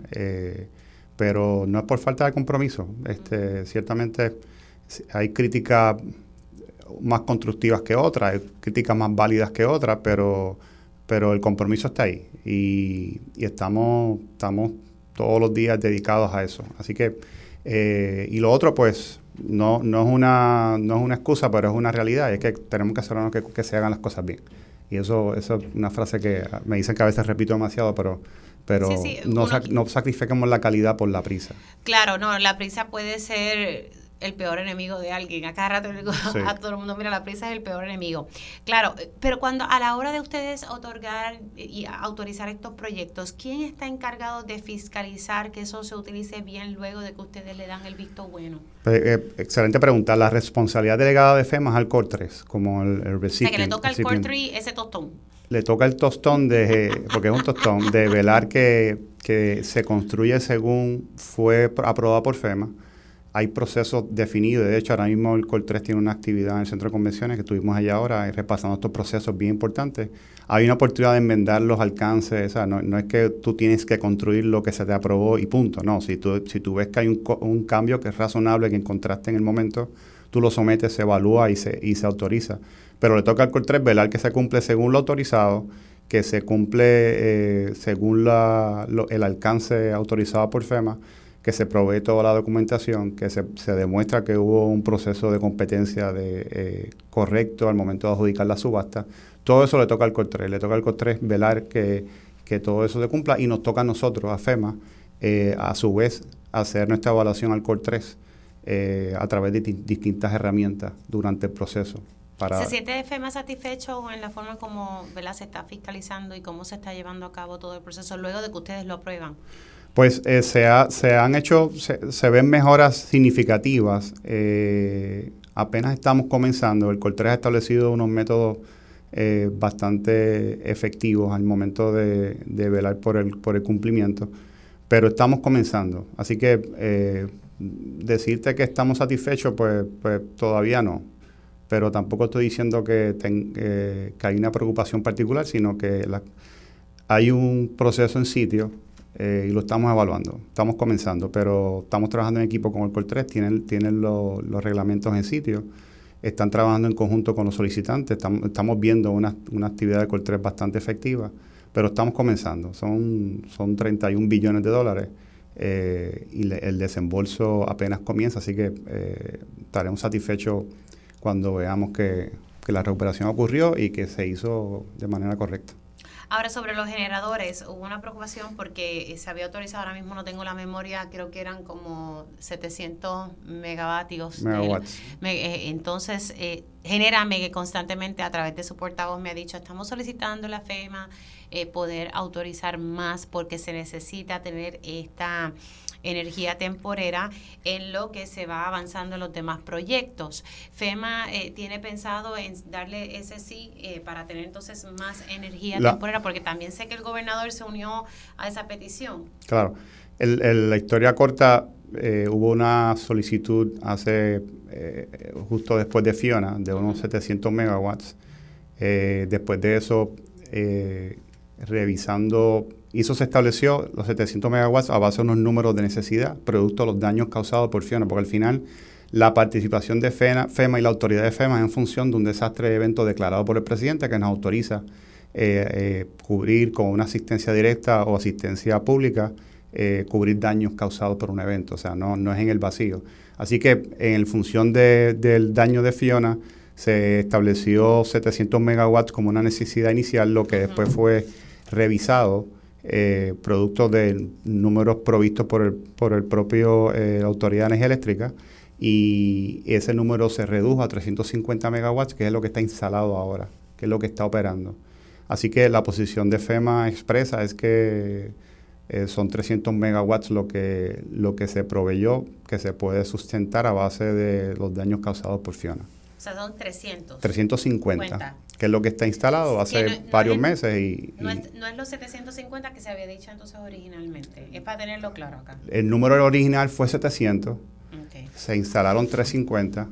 pero no es por falta de compromiso. Ciertamente hay críticas más constructivas que otras, hay críticas más válidas que otras, pero el compromiso está ahí y estamos todos los días dedicados a eso. Así que, y lo otro, pues, no es una excusa, pero es una realidad. Es que tenemos que asegurarnos que se hagan las cosas bien. Y eso es una frase que me dicen que a veces repito demasiado, pero sí, no sacrifiquemos la calidad por la prisa. Claro, no, la prisa puede ser el peor enemigo de alguien. A cada rato le digo a todo el mundo, mira, la prisa es el peor enemigo. Claro, pero cuando a la hora de ustedes otorgar y autorizar estos proyectos, ¿quién está encargado de fiscalizar que eso se utilice bien luego de que ustedes le dan el visto bueno? Excelente pregunta. La responsabilidad delegada de FEMA es al COR 3, como el recipient. O sea, que le toca al COR 3 ese tostón. Le toca el tostón porque es un tostón, de velar que se construye según fue aprobado por FEMA. Hay procesos definidos. De hecho, ahora mismo el COR 3 tiene una actividad en el Centro de Convenciones que estuvimos allá ahora repasando estos procesos bien importantes. Hay una oportunidad de enmendar los alcances. O sea, no es que tú tienes que construir lo que se te aprobó y punto. No, si tú ves que hay un cambio que es razonable, que encontraste en el momento, tú lo sometes, se evalúa y se autoriza. pero le toca al COR3 velar que se cumple según lo autorizado, que se cumple según el alcance autorizado por FEMA, que se provee toda la documentación, que se demuestra que hubo un proceso de competencia correcto al momento de adjudicar la subasta. Todo eso le toca al COR3. Le toca al COR3 velar que todo eso se cumpla, y nos toca a nosotros, a FEMA, a su vez, hacer nuestra evaluación al COR3 a través de distintas herramientas durante el proceso. ¿Se siente FEMA satisfecho en la forma como, ¿verdad?, se está fiscalizando y cómo se está llevando a cabo todo el proceso luego de que ustedes lo aprueban? Pues se ven mejoras significativas. Apenas estamos comenzando. El COR3 ha establecido unos métodos bastante efectivos al momento de velar por el cumplimiento, pero estamos comenzando. Así que decirte que estamos satisfechos, pues todavía no. Pero tampoco estoy diciendo que hay una preocupación particular, sino que hay un proceso en sitio y lo estamos evaluando. Estamos comenzando, pero estamos trabajando en equipo con el COR3, tienen los reglamentos en sitio, están trabajando en conjunto con los solicitantes, estamos viendo una actividad de COR3 bastante efectiva, pero estamos comenzando. Son 31 billones de dólares y el desembolso apenas comienza, así que estaremos satisfechos cuando veamos que la recuperación ocurrió y que se hizo de manera correcta. Ahora, sobre los generadores, hubo una preocupación porque se había autorizado, ahora mismo no tengo la memoria, creo que eran como 700 megawatts. Entonces, Genérame, que constantemente a través de su portavoz me ha dicho, estamos solicitando a la FEMA poder autorizar más porque se necesita tener esta energía temporera en lo que se va avanzando en los demás proyectos. FEMA tiene pensado en darle ese sí para tener entonces más energía temporera, porque también sé que el gobernador se unió a esa petición. Claro. La historia corta, hubo una solicitud hace justo después de Fiona de unos 700 megawatts. Después de eso, revisando, se estableció los 700 megawatts a base de unos números de necesidad, producto de los daños causados por Fiona, porque al final la participación de FEMA y la autoridad de FEMA es en función de un desastre de evento declarado por el presidente que nos autoriza cubrir con una asistencia directa o asistencia pública, cubrir daños causados por un evento, o sea, no es en el vacío. Así que en función del daño de Fiona se estableció 700 megawatts como una necesidad inicial, lo que después fue revisado producto de números provistos por el propio Autoridad de Energía Eléctrica, y ese número se redujo a 350 megawatts, que es lo que está instalado ahora, que es lo que está operando. Así que la posición de FEMA expresa es que son 300 megawatts lo que se proveyó, que se puede sustentar a base de los daños causados por Fiona. O sea, son 300. 350, que es lo que está instalado hace varios meses. No es los 750 que se había dicho entonces originalmente, es para tenerlo claro acá. El número original fue 700, okay. Se instalaron 350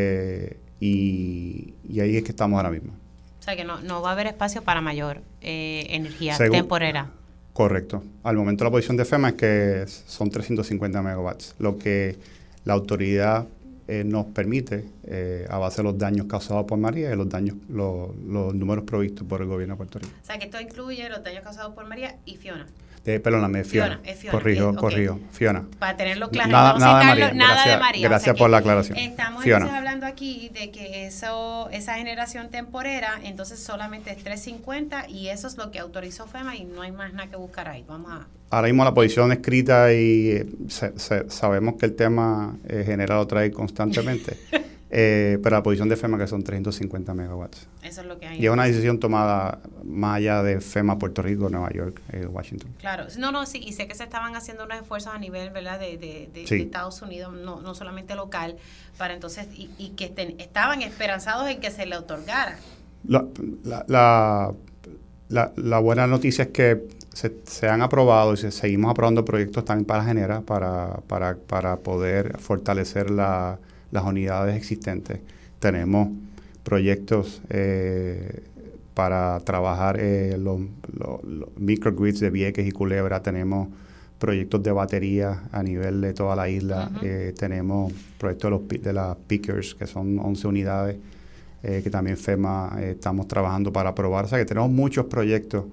y ahí es que estamos ahora mismo. O sea que no va a haber espacio para mayor energía temporera. Correcto. Al momento la posición de FEMA es que son 350 megawatts, lo que la autoridad nos permite a base de los daños causados por María y los números provistos por el gobierno de Puerto Rico. O sea que esto incluye los daños causados por María y Fiona. Perdóname, Fiona. Corrijo, Fiona. Para tenerlo claro, nada de María. Nada de María. Gracias por la aclaración. Estamos Fiona. Entonces hablando aquí de que esa generación temporera, entonces solamente es 350 y eso es lo que autorizó FEMA y no hay más nada que buscar ahí. Ahora mismo la posición escrita y sabemos que el tema general lo trae constantemente, pero la posición de FEMA que son 350 megawatts. Eso es lo que hay. Y es una decisión tomada más allá de FEMA, Puerto Rico, Nueva York, Washington. Claro, sí, y sé que se estaban haciendo unos esfuerzos a nivel, ¿verdad?, de Estados Unidos, no solamente local, para entonces, y que estaban esperanzados en que se le otorgara. La buena noticia es que se han aprobado y seguimos aprobando proyectos también para Genera, para poder fortalecer las unidades existentes. Tenemos proyectos para trabajar los microgrids de Vieques y Culebra, tenemos proyectos de batería a nivel de toda la isla, tenemos proyectos de las Pickers, que son 11 unidades, que también FEMA estamos trabajando para aprobar. O sea que tenemos muchos proyectos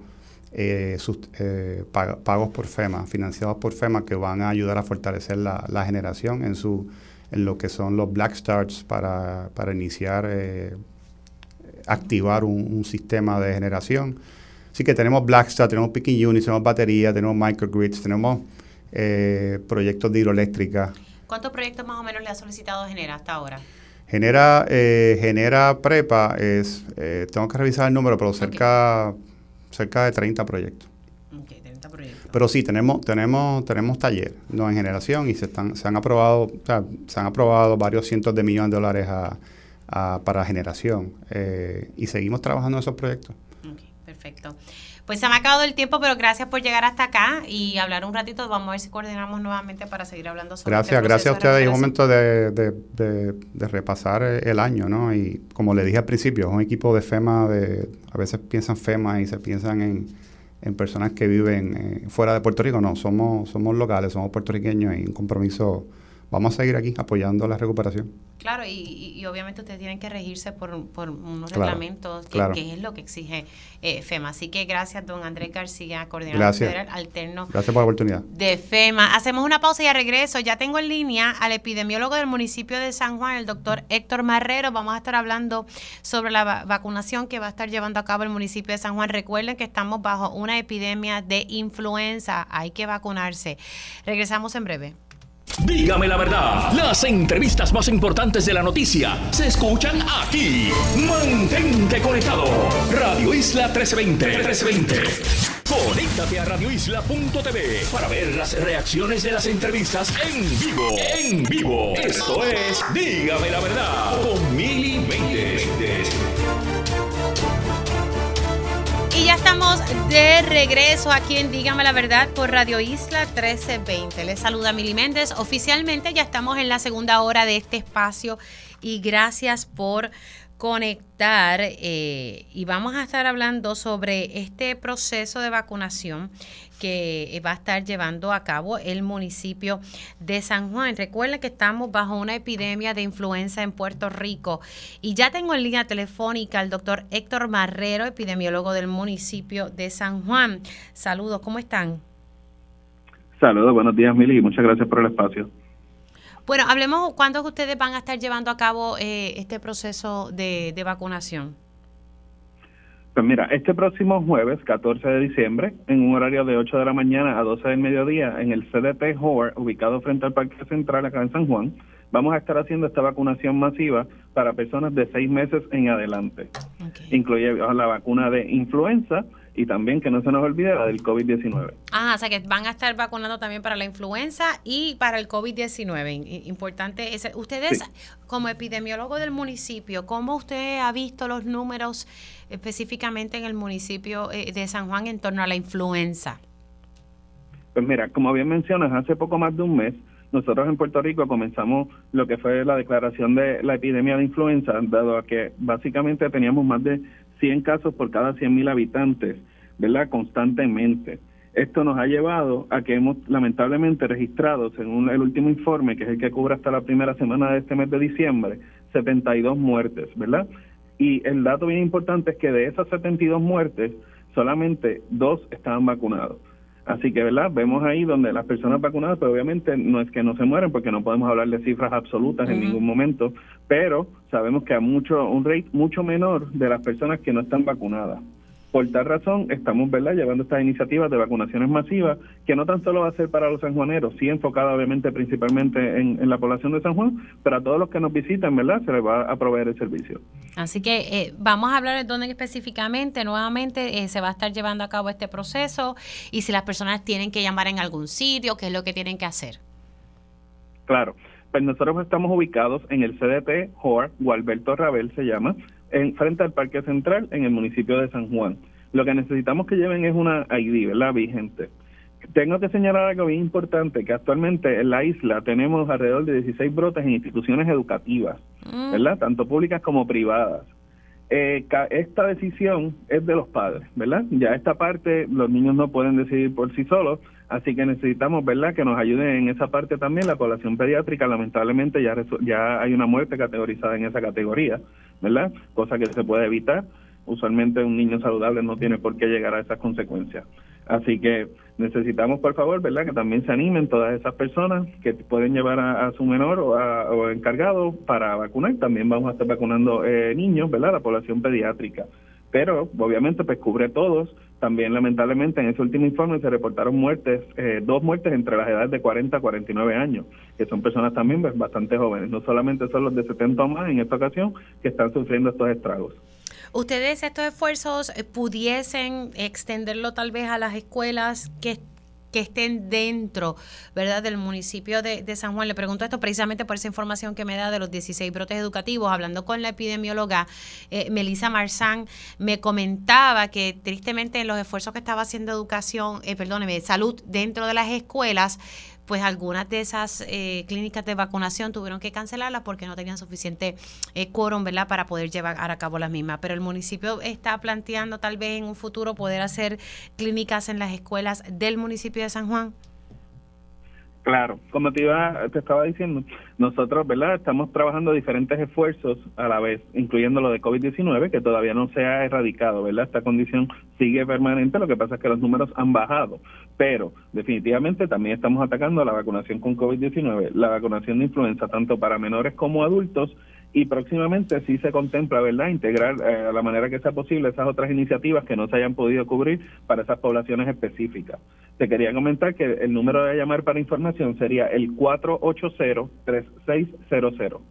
pagos por FEMA, financiados por FEMA, que van a ayudar a fortalecer la generación en lo que son los Black Starts para iniciar, activar un sistema de generación. Así que tenemos Black Start, tenemos Picking Units, tenemos baterías, tenemos microgrids, tenemos proyectos de hidroeléctrica. ¿Cuántos proyectos más o menos le ha solicitado Genera hasta ahora? Genera Prepa tengo que revisar el número, pero cerca de 30 proyectos. Okay, 30 proyectos. Pero sí, tenemos taller, ¿no?, en generación, y se han aprobado varios cientos de millones de dólares para generación, y seguimos trabajando en esos proyectos. Okay, perfecto. Pues se me ha acabado el tiempo, pero gracias por llegar hasta acá y hablar un ratito. Vamos a ver si coordinamos nuevamente para seguir hablando sobre Gracias a ustedes. Es un momento de repasar el año, ¿no? Y como le dije al principio, es un equipo de FEMA, a veces piensan FEMA y se piensan en personas que viven fuera de Puerto Rico. No, somos locales, somos puertorriqueños, y un compromiso. Vamos a seguir aquí apoyando la recuperación. Claro, y obviamente ustedes tienen que regirse por unos reglamentos que es lo que exige FEMA. Así que gracias, don Andrés García, coordinador federal alterno. Gracias por la oportunidad. De FEMA. Hacemos una pausa y a regreso. Ya tengo en línea al epidemiólogo del municipio de San Juan, el doctor Héctor Marrero. Vamos a estar hablando sobre la vacunación que va a estar llevando a cabo el municipio de San Juan. Recuerden que estamos bajo una epidemia de influenza. Hay que vacunarse. Regresamos en breve. Dígame la verdad, las entrevistas más importantes de la noticia se escuchan aquí. Mantente conectado. Radio Isla 1320. Conéctate a radioisla.tv para ver las reacciones de las entrevistas en vivo. Esto es Dígame la verdad con Mili Méndez. Y ya estamos de regreso aquí en Dígame la Verdad por Radio Isla 1320. Les saluda Mili Méndez. Oficialmente ya estamos en la segunda hora de este espacio y gracias por conectar. Y vamos a estar hablando sobre este proceso de vacunación que va a estar llevando a cabo el municipio de San Juan. Recuerden que estamos bajo una epidemia de influenza en Puerto Rico y ya tengo en línea telefónica al doctor Héctor Marrero, epidemiólogo del municipio de San Juan. Saludos, ¿cómo están? Saludos, buenos días, Mili, y muchas gracias por el espacio. Bueno, hablemos cuándo ustedes van a estar llevando a cabo este proceso de vacunación. Pues mira, este próximo jueves, 14 de diciembre, en un horario de 8 de la mañana a 12 del mediodía, en el CDT Howard, ubicado frente al Parque Central acá en San Juan, vamos a estar haciendo esta vacunación masiva para personas de 6 meses en adelante. Okay. Incluye la vacuna de influenza y también, que no se nos olvide, la del COVID-19. O sea que van a estar vacunando también para la influenza y para el COVID-19. Importante. Ustedes, como epidemiólogo del municipio, ¿cómo usted ha visto los números específicamente en el municipio de San Juan en torno a la influenza? Pues mira, como bien mencionas, hace poco más de un mes, nosotros en Puerto Rico comenzamos lo que fue la declaración de la epidemia de influenza, dado a que básicamente teníamos más de 100 casos por cada 100,000 habitantes, ¿verdad?, constantemente. Esto nos ha llevado a que hemos lamentablemente registrado, según el último informe, que es el que cubre hasta la primera semana de este mes de diciembre, 72 muertes, ¿verdad? Y el dato bien importante es que de esas 72 muertes, solamente 2 estaban vacunados. Así que, ¿verdad?, vemos ahí donde las personas vacunadas, pues obviamente no es que no se mueren, porque no podemos hablar de cifras absolutas en ningún momento, pero sabemos que hay un rate mucho menor de las personas que no están vacunadas. Por tal razón, estamos, ¿verdad?, llevando estas iniciativas de vacunaciones masivas, que no tan solo va a ser para los sanjuaneros, sí enfocada obviamente principalmente en la población de San Juan, pero a todos los que nos visitan, ¿verdad?, se les va a proveer el servicio. Así que vamos a hablar de dónde específicamente, nuevamente, se va a estar llevando a cabo este proceso y si las personas tienen que llamar en algún sitio, qué es lo que tienen que hacer. Claro, pues nosotros estamos ubicados en el CDT Howard, Gualberto Rabel se llama, frente al Parque Central en el municipio de San Juan. Lo que necesitamos que lleven es una ID, ¿verdad?, vigente. Tengo que señalar algo bien importante, que actualmente en la isla tenemos alrededor de 16 brotes en instituciones educativas, ¿verdad?, tanto públicas como privadas. Esta decisión es de los padres, ¿verdad? Ya esta parte los niños no pueden decidir por sí solos, Así que necesitamos, ¿verdad?, que nos ayuden en esa parte también. La población pediátrica, lamentablemente, ya hay una muerte categorizada en esa categoría, ¿verdad? Cosa que se puede evitar. Usualmente un niño saludable no tiene por qué llegar a esas consecuencias. Así que necesitamos, por favor, ¿verdad?, que también se animen todas esas personas que pueden llevar a su menor o encargado para vacunar. También vamos a estar vacunando niños, ¿verdad?, la población pediátrica. Pero, obviamente, pues cubre todos. También, lamentablemente, en ese último informe se reportaron muertes, 2 muertes entre las edades de 40 a 49 años, que son personas también pues, bastante jóvenes. No solamente son los de 70 o más en esta ocasión que están sufriendo estos estragos. ¿Ustedes estos esfuerzos pudiesen extenderlo tal vez a las escuelas que estén dentro, ¿verdad?, del municipio de San Juan? Le pregunto esto precisamente por esa información que me da de los 16 brotes educativos. Hablando con la epidemióloga Melissa Marzán, me comentaba que tristemente en los esfuerzos que estaba haciendo salud dentro de las escuelas, pues algunas de esas clínicas de vacunación tuvieron que cancelarlas porque no tenían suficiente quórum, ¿verdad?, para poder llevar a cabo las mismas. Pero el municipio está planteando tal vez en un futuro poder hacer clínicas en las escuelas del municipio de San Juan. Claro, como te estaba diciendo, nosotros, ¿verdad?, estamos trabajando diferentes esfuerzos a la vez, incluyendo lo de COVID-19, que todavía no se ha erradicado, ¿verdad? Esta condición sigue permanente, lo que pasa es que los números han bajado, pero definitivamente también estamos atacando la vacunación con COVID-19, la vacunación de influenza, tanto para menores como adultos, y próximamente sí se contempla, ¿verdad?, integrar a la manera que sea posible esas otras iniciativas que no se hayan podido cubrir para esas poblaciones específicas. Te quería comentar que el número de llamar para información sería el 480-3600,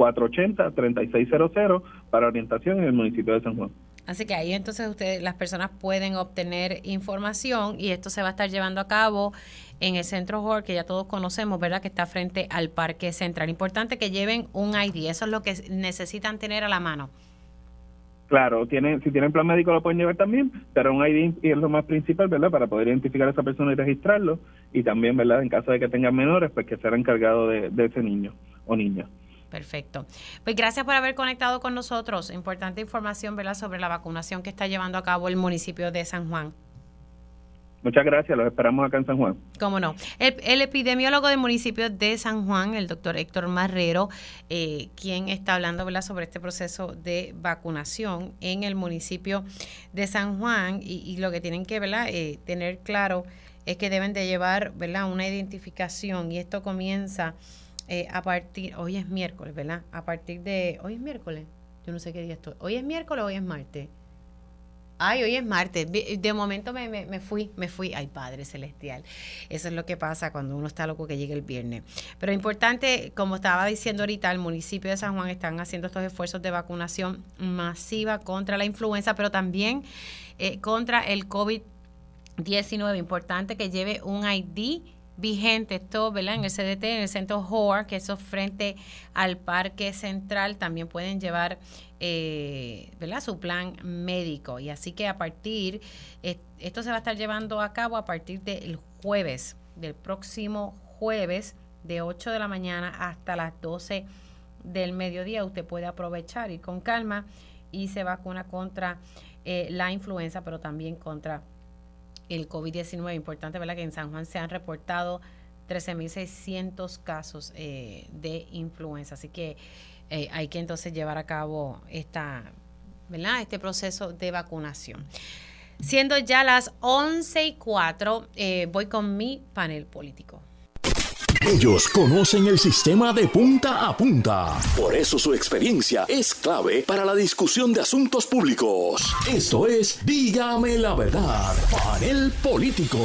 480-3600 para orientación en el municipio de San Juan. Así que ahí entonces las personas pueden obtener información y esto se va a estar llevando a cabo en el Centro Hall, que ya todos conocemos, ¿verdad?, que está frente al Parque Central. Importante que lleven un ID, eso es lo que necesitan tener a la mano. Claro, si tienen plan médico lo pueden llevar también, pero un ID es lo más principal, ¿verdad?, para poder identificar a esa persona y registrarlo, y también, ¿verdad?, en caso de que tengan menores, pues que será encargado de ese niño o niña. Perfecto. Pues gracias por haber conectado con nosotros. Importante información, ¿verdad?, sobre la vacunación que está llevando a cabo el municipio de San Juan. Muchas gracias, los esperamos acá en San Juan. Cómo no. El epidemiólogo del municipio de San Juan, el doctor Héctor Marrero, quien está hablando, ¿verdad?, sobre este proceso de vacunación en el municipio de San Juan, y lo que tienen que, ¿verdad?, tener claro es que deben de llevar, ¿verdad?, una identificación, y esto comienza a partir, hoy es miércoles, ¿verdad? Hoy es miércoles, yo no sé qué día estoy. ¿Hoy es miércoles o hoy es martes? Hoy es martes. De momento me fui. Ay, Padre Celestial. Eso es lo que pasa cuando uno está loco que llegue el viernes. Pero importante, como estaba diciendo ahorita, el municipio de San Juan están haciendo estos esfuerzos de vacunación masiva contra la influenza, pero también contra el COVID-19. Importante que lleve un ID vigente, esto, ¿verdad?, en el CDT, en el Centro Howard, que eso frente al Parque Central. También pueden llevar ¿verdad?, su plan médico, y así que esto se va a estar llevando a cabo a partir del próximo jueves, de 8 de la mañana hasta las 12 del mediodía. Usted puede aprovechar, ir con calma, y se vacuna contra la influenza, pero también contra el COVID-19. Importante, ¿verdad?, que en San Juan se han reportado 13.600 casos de influenza, así que hay que entonces llevar a cabo este proceso de vacunación. Siendo ya las 11:04, voy con mi panel político. Ellos conocen el sistema de punta a punta. Por eso su experiencia es clave para la discusión de asuntos públicos. Esto es Dígame la Verdad, panel político.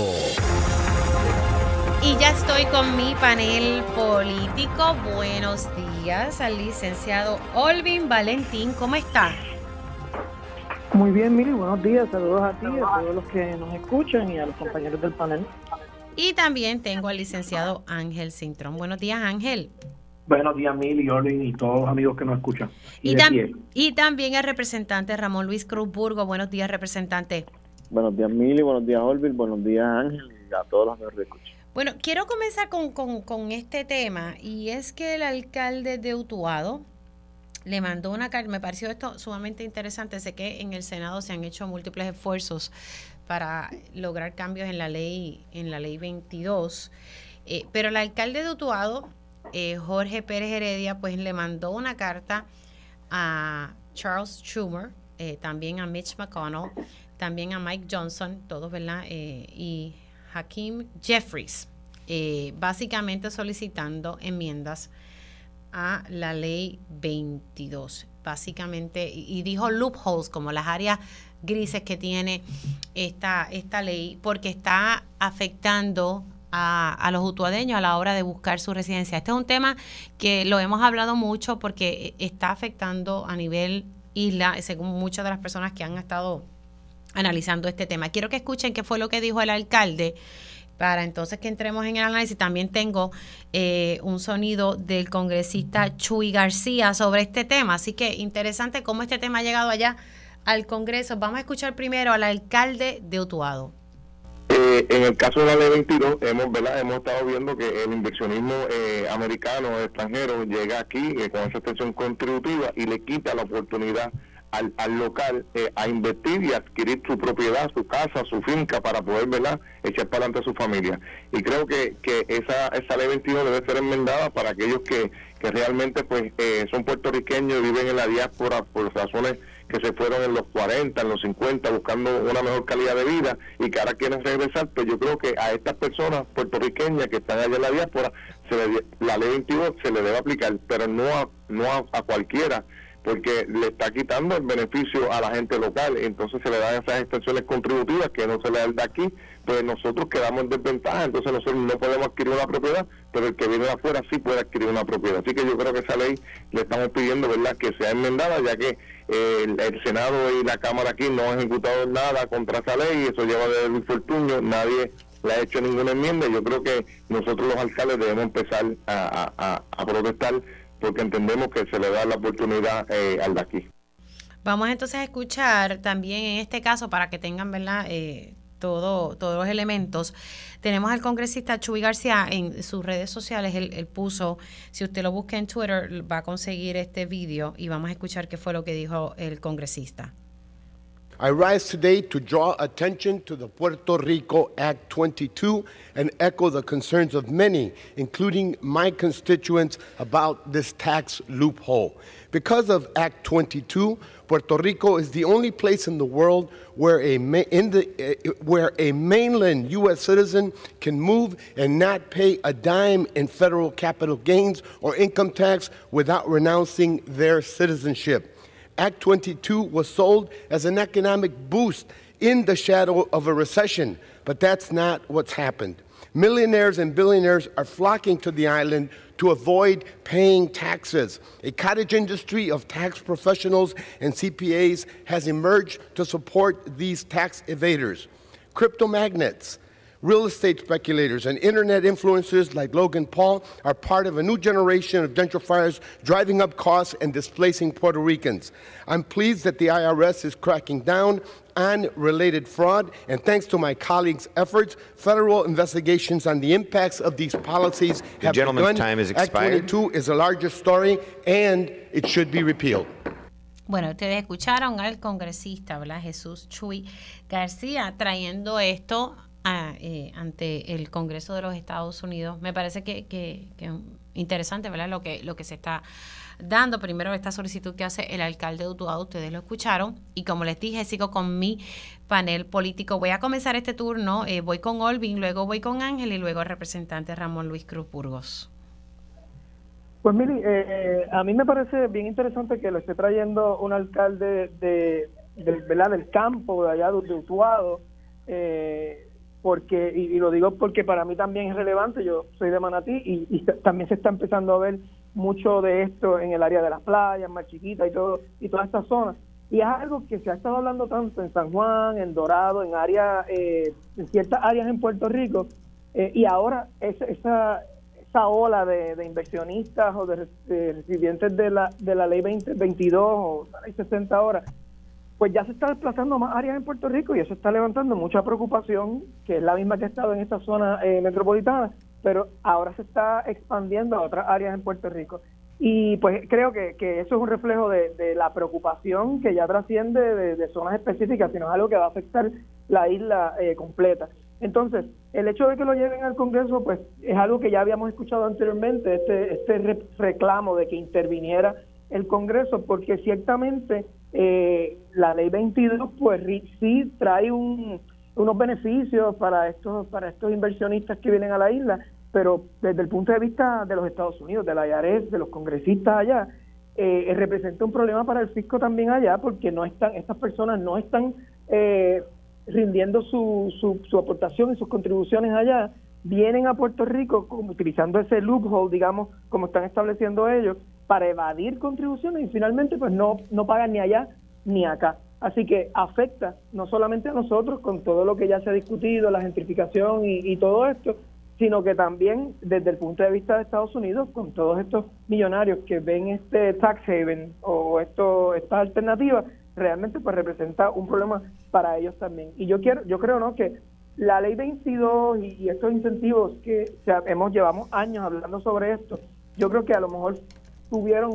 Y ya estoy con mi panel político. Buenos días al licenciado Olvin Valentín. ¿Cómo está? Muy bien, Mili. Buenos días. Saludos a ti, a todos los que nos escuchan y a los compañeros del panel. Y también tengo al licenciado Ángel Cintrón. Buenos días, Ángel. Buenos días, Mili, Olvin y todos los amigos que nos escuchan. Y también el representante Ramón Luis Cruz Burgo. Buenos días, representante. Buenos días, Mili. Buenos días, Olvin. Buenos días, Ángel, y a todos los amigos que escuchan. Bueno, quiero comenzar con este tema, y es que el alcalde de Utuado le mandó una carta. Me pareció esto sumamente interesante. Sé que en el Senado se han hecho múltiples esfuerzos para lograr cambios en la ley 22. Pero el alcalde de Utuado, Jorge Pérez Heredia, pues le mandó una carta a Charles Schumer, también a Mitch McConnell, también a Mike Johnson, todos, ¿verdad? Y Hakeem Jeffries, básicamente solicitando enmiendas a la ley 22. Básicamente, y dijo loopholes, como las áreas grises que tiene esta ley, porque está afectando a los utuadeños a la hora de buscar su residencia. Este es un tema que lo hemos hablado mucho porque está afectando a nivel isla, según muchas de las personas que han estado analizando este tema. Quiero que escuchen qué fue lo que dijo el alcalde para entonces que entremos en el análisis. También tengo un sonido del congresista Chuy García sobre este tema. Así que interesante cómo este tema ha llegado allá al Congreso. Vamos a escuchar primero al alcalde de Utuado. En el caso de la ley 22, hemos estado viendo que el inversionismo americano, extranjero, llega aquí con esa extensión contributiva y le quita la oportunidad al local a invertir y adquirir su propiedad, su casa, su finca para poder, echar para adelante a su familia. Y creo que esa ley 22 debe ser enmendada para aquellos que realmente son puertorriqueños y viven en la diáspora por razones que se fueron en los 40, en los 50, buscando una mejor calidad de vida y que ahora quieren regresar. Pues yo creo que a estas personas puertorriqueñas que están allá en la diáspora, la ley 22 se le debe aplicar, pero no a cualquiera, porque le está quitando el beneficio a la gente local. Entonces se le dan esas extensiones contributivas que no se le dan de aquí, pues nosotros quedamos en desventaja. Entonces nosotros no podemos adquirir una propiedad, pero el que viene de afuera sí puede adquirir una propiedad. Así que yo creo que esa ley le estamos pidiendo, que sea enmendada, ya que el Senado y la Cámara aquí no han ejecutado nada contra esa ley, y eso lleva de Luis Fortuño, nadie le ha hecho ninguna enmienda. Yo creo que nosotros los alcaldes debemos empezar a protestar, porque entendemos que se le da la oportunidad al de aquí. Vamos entonces a escuchar también en este caso, para que tengan, todos los elementos. Tenemos al congresista Chuy García en sus redes sociales. Él puso, si usted lo busca en Twitter, va a conseguir este video y vamos a escuchar qué fue lo que dijo el congresista. I rise today to draw attention to the Puerto Rico Act 22 and echo the concerns of many, including my constituents, about this tax loophole. Because of Act 22, Puerto Rico is the only place in the world where a mainland U.S. citizen can move and not pay a dime in federal capital gains or income tax without renouncing their citizenship. Act 22 was sold as an economic boost in the shadow of a recession, but that's not what's happened. Millionaires and billionaires are flocking to the island to avoid paying taxes. A cottage industry of tax professionals and CPAs has emerged to support these tax evaders. Crypto magnates, real estate speculators, and internet influencers like Logan Paul are part of a new generation of gentrifiers driving up costs and displacing Puerto Ricans. I'm pleased that the IRS is cracking down on related fraud, and thanks to my colleagues' efforts, federal investigations on the impacts of these policies have begun. The gentleman's time is expired. Act 22 is a larger story, and it should be repealed. Bueno, ustedes escucharon al congresista, ¿verdad? Jesús Chuy García, trayendo esto ante el Congreso de los Estados Unidos. Me parece que interesante, ¿verdad? Lo que se está dando. Primero, esta solicitud que hace el alcalde de Utuado, ustedes lo escucharon, y como les dije, sigo con mi panel político. Voy a comenzar este turno, voy con Olvin, luego voy con Ángel y luego el representante Ramón Luis Cruz Burgos. Pues Mili, a mí me parece bien interesante que lo esté trayendo un alcalde del campo, de allá de Utuado, porque, y lo digo porque para mí también es relevante. Yo soy de Manatí y también se está empezando a ver mucho de esto en el área de las playas, más chiquitas y toda esta zona. Y es algo que se ha estado hablando tanto en San Juan, en Dorado, en ciertas áreas en Puerto Rico, y ahora esa ola de inversionistas o de residentes de la ley 2022 o la ley 60 ahora, pues ya se está desplazando a más áreas en Puerto Rico, y eso está levantando mucha preocupación, que es la misma que ha estado en esta zona metropolitana, pero ahora se está expandiendo a otras áreas en Puerto Rico. Y pues creo que eso es un reflejo de la preocupación que ya trasciende de zonas específicas, sino es algo que va a afectar la isla completa. Entonces, el hecho de que lo lleven al Congreso, pues es algo que ya habíamos escuchado anteriormente, este reclamo de que interviniera el Congreso, porque ciertamente la Ley 22 pues sí trae unos beneficios para estos inversionistas que vienen a la isla, pero desde el punto de vista de los Estados Unidos, de la IRS, de los congresistas allá, representa un problema para el fisco también allá, porque estas personas no están rindiendo su aportación y sus contribuciones allá, vienen a Puerto Rico utilizando ese loophole, digamos, como están estableciendo ellos, para evadir contribuciones y finalmente pues no pagan ni allá ni acá. Así que afecta no solamente a nosotros con todo lo que ya se ha discutido, la gentrificación y todo esto, sino que también desde el punto de vista de Estados Unidos, con todos estos millonarios que ven este tax haven o esta alternativa, realmente pues representa un problema para ellos también. Y yo creo, ¿no?, que la Ley 22 y estos incentivos que llevamos años hablando sobre esto, yo creo que a lo mejor tuvieron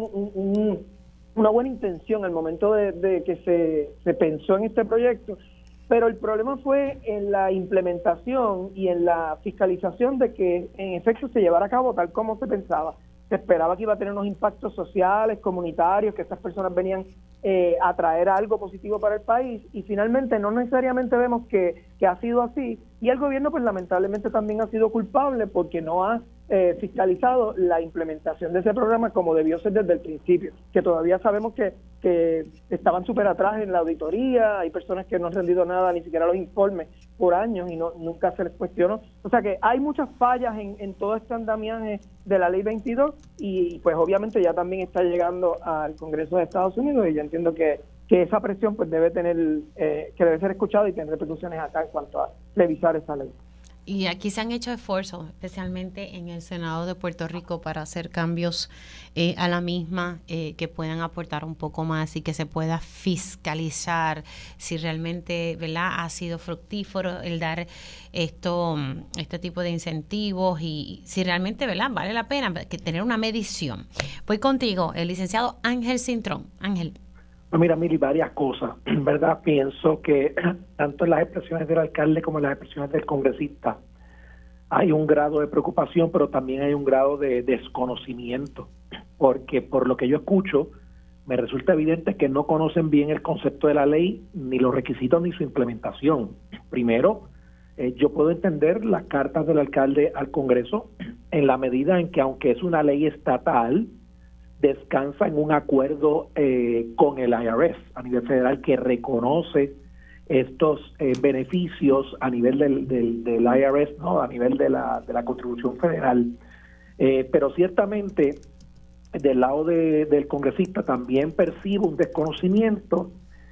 una buena intención al momento de que se pensó en este proyecto, pero el problema fue en la implementación y en la fiscalización de que en efecto se llevara a cabo tal como se pensaba. Se esperaba que iba a tener unos impactos sociales, comunitarios, que estas personas venían a traer algo positivo para el país, y finalmente no necesariamente vemos que ha sido así, y el gobierno pues lamentablemente también ha sido culpable porque no ha fiscalizado la implementación de ese programa como debió ser desde el principio, que todavía sabemos que estaban súper atrás en la auditoría, hay personas que no han rendido nada, ni siquiera los informes por años y nunca se les cuestionó. O sea que hay muchas fallas en todo este andamiaje de la Ley 22 y pues obviamente ya también está llegando al Congreso de Estados Unidos y yo entiendo que esa presión pues debe ser escuchada y tener repercusiones acá en cuanto a revisar esa ley. Y aquí se han hecho esfuerzos, especialmente en el Senado de Puerto Rico, para hacer cambios a la misma que puedan aportar un poco más y que se pueda fiscalizar si realmente, ¿verdad?, ha sido fructífero el dar este tipo de incentivos y si realmente, ¿verdad?, vale la pena tener una medición. Voy contigo, el licenciado Ángel Cintrón. Ángel. Mira, Mili, varias cosas, ¿verdad? Pienso que tanto en las expresiones del alcalde como en las expresiones del congresista hay un grado de preocupación, pero también hay un grado de desconocimiento, porque por lo que yo escucho, me resulta evidente que no conocen bien el concepto de la ley, ni los requisitos, ni su implementación. Primero, yo puedo entender las cartas del alcalde al Congreso en la medida en que, aunque es una ley estatal, descansa en un acuerdo con el IRS a nivel federal que reconoce estos beneficios a nivel del IRS, no, a nivel de la contribución federal. Pero ciertamente del lado del congresista también percibo un desconocimiento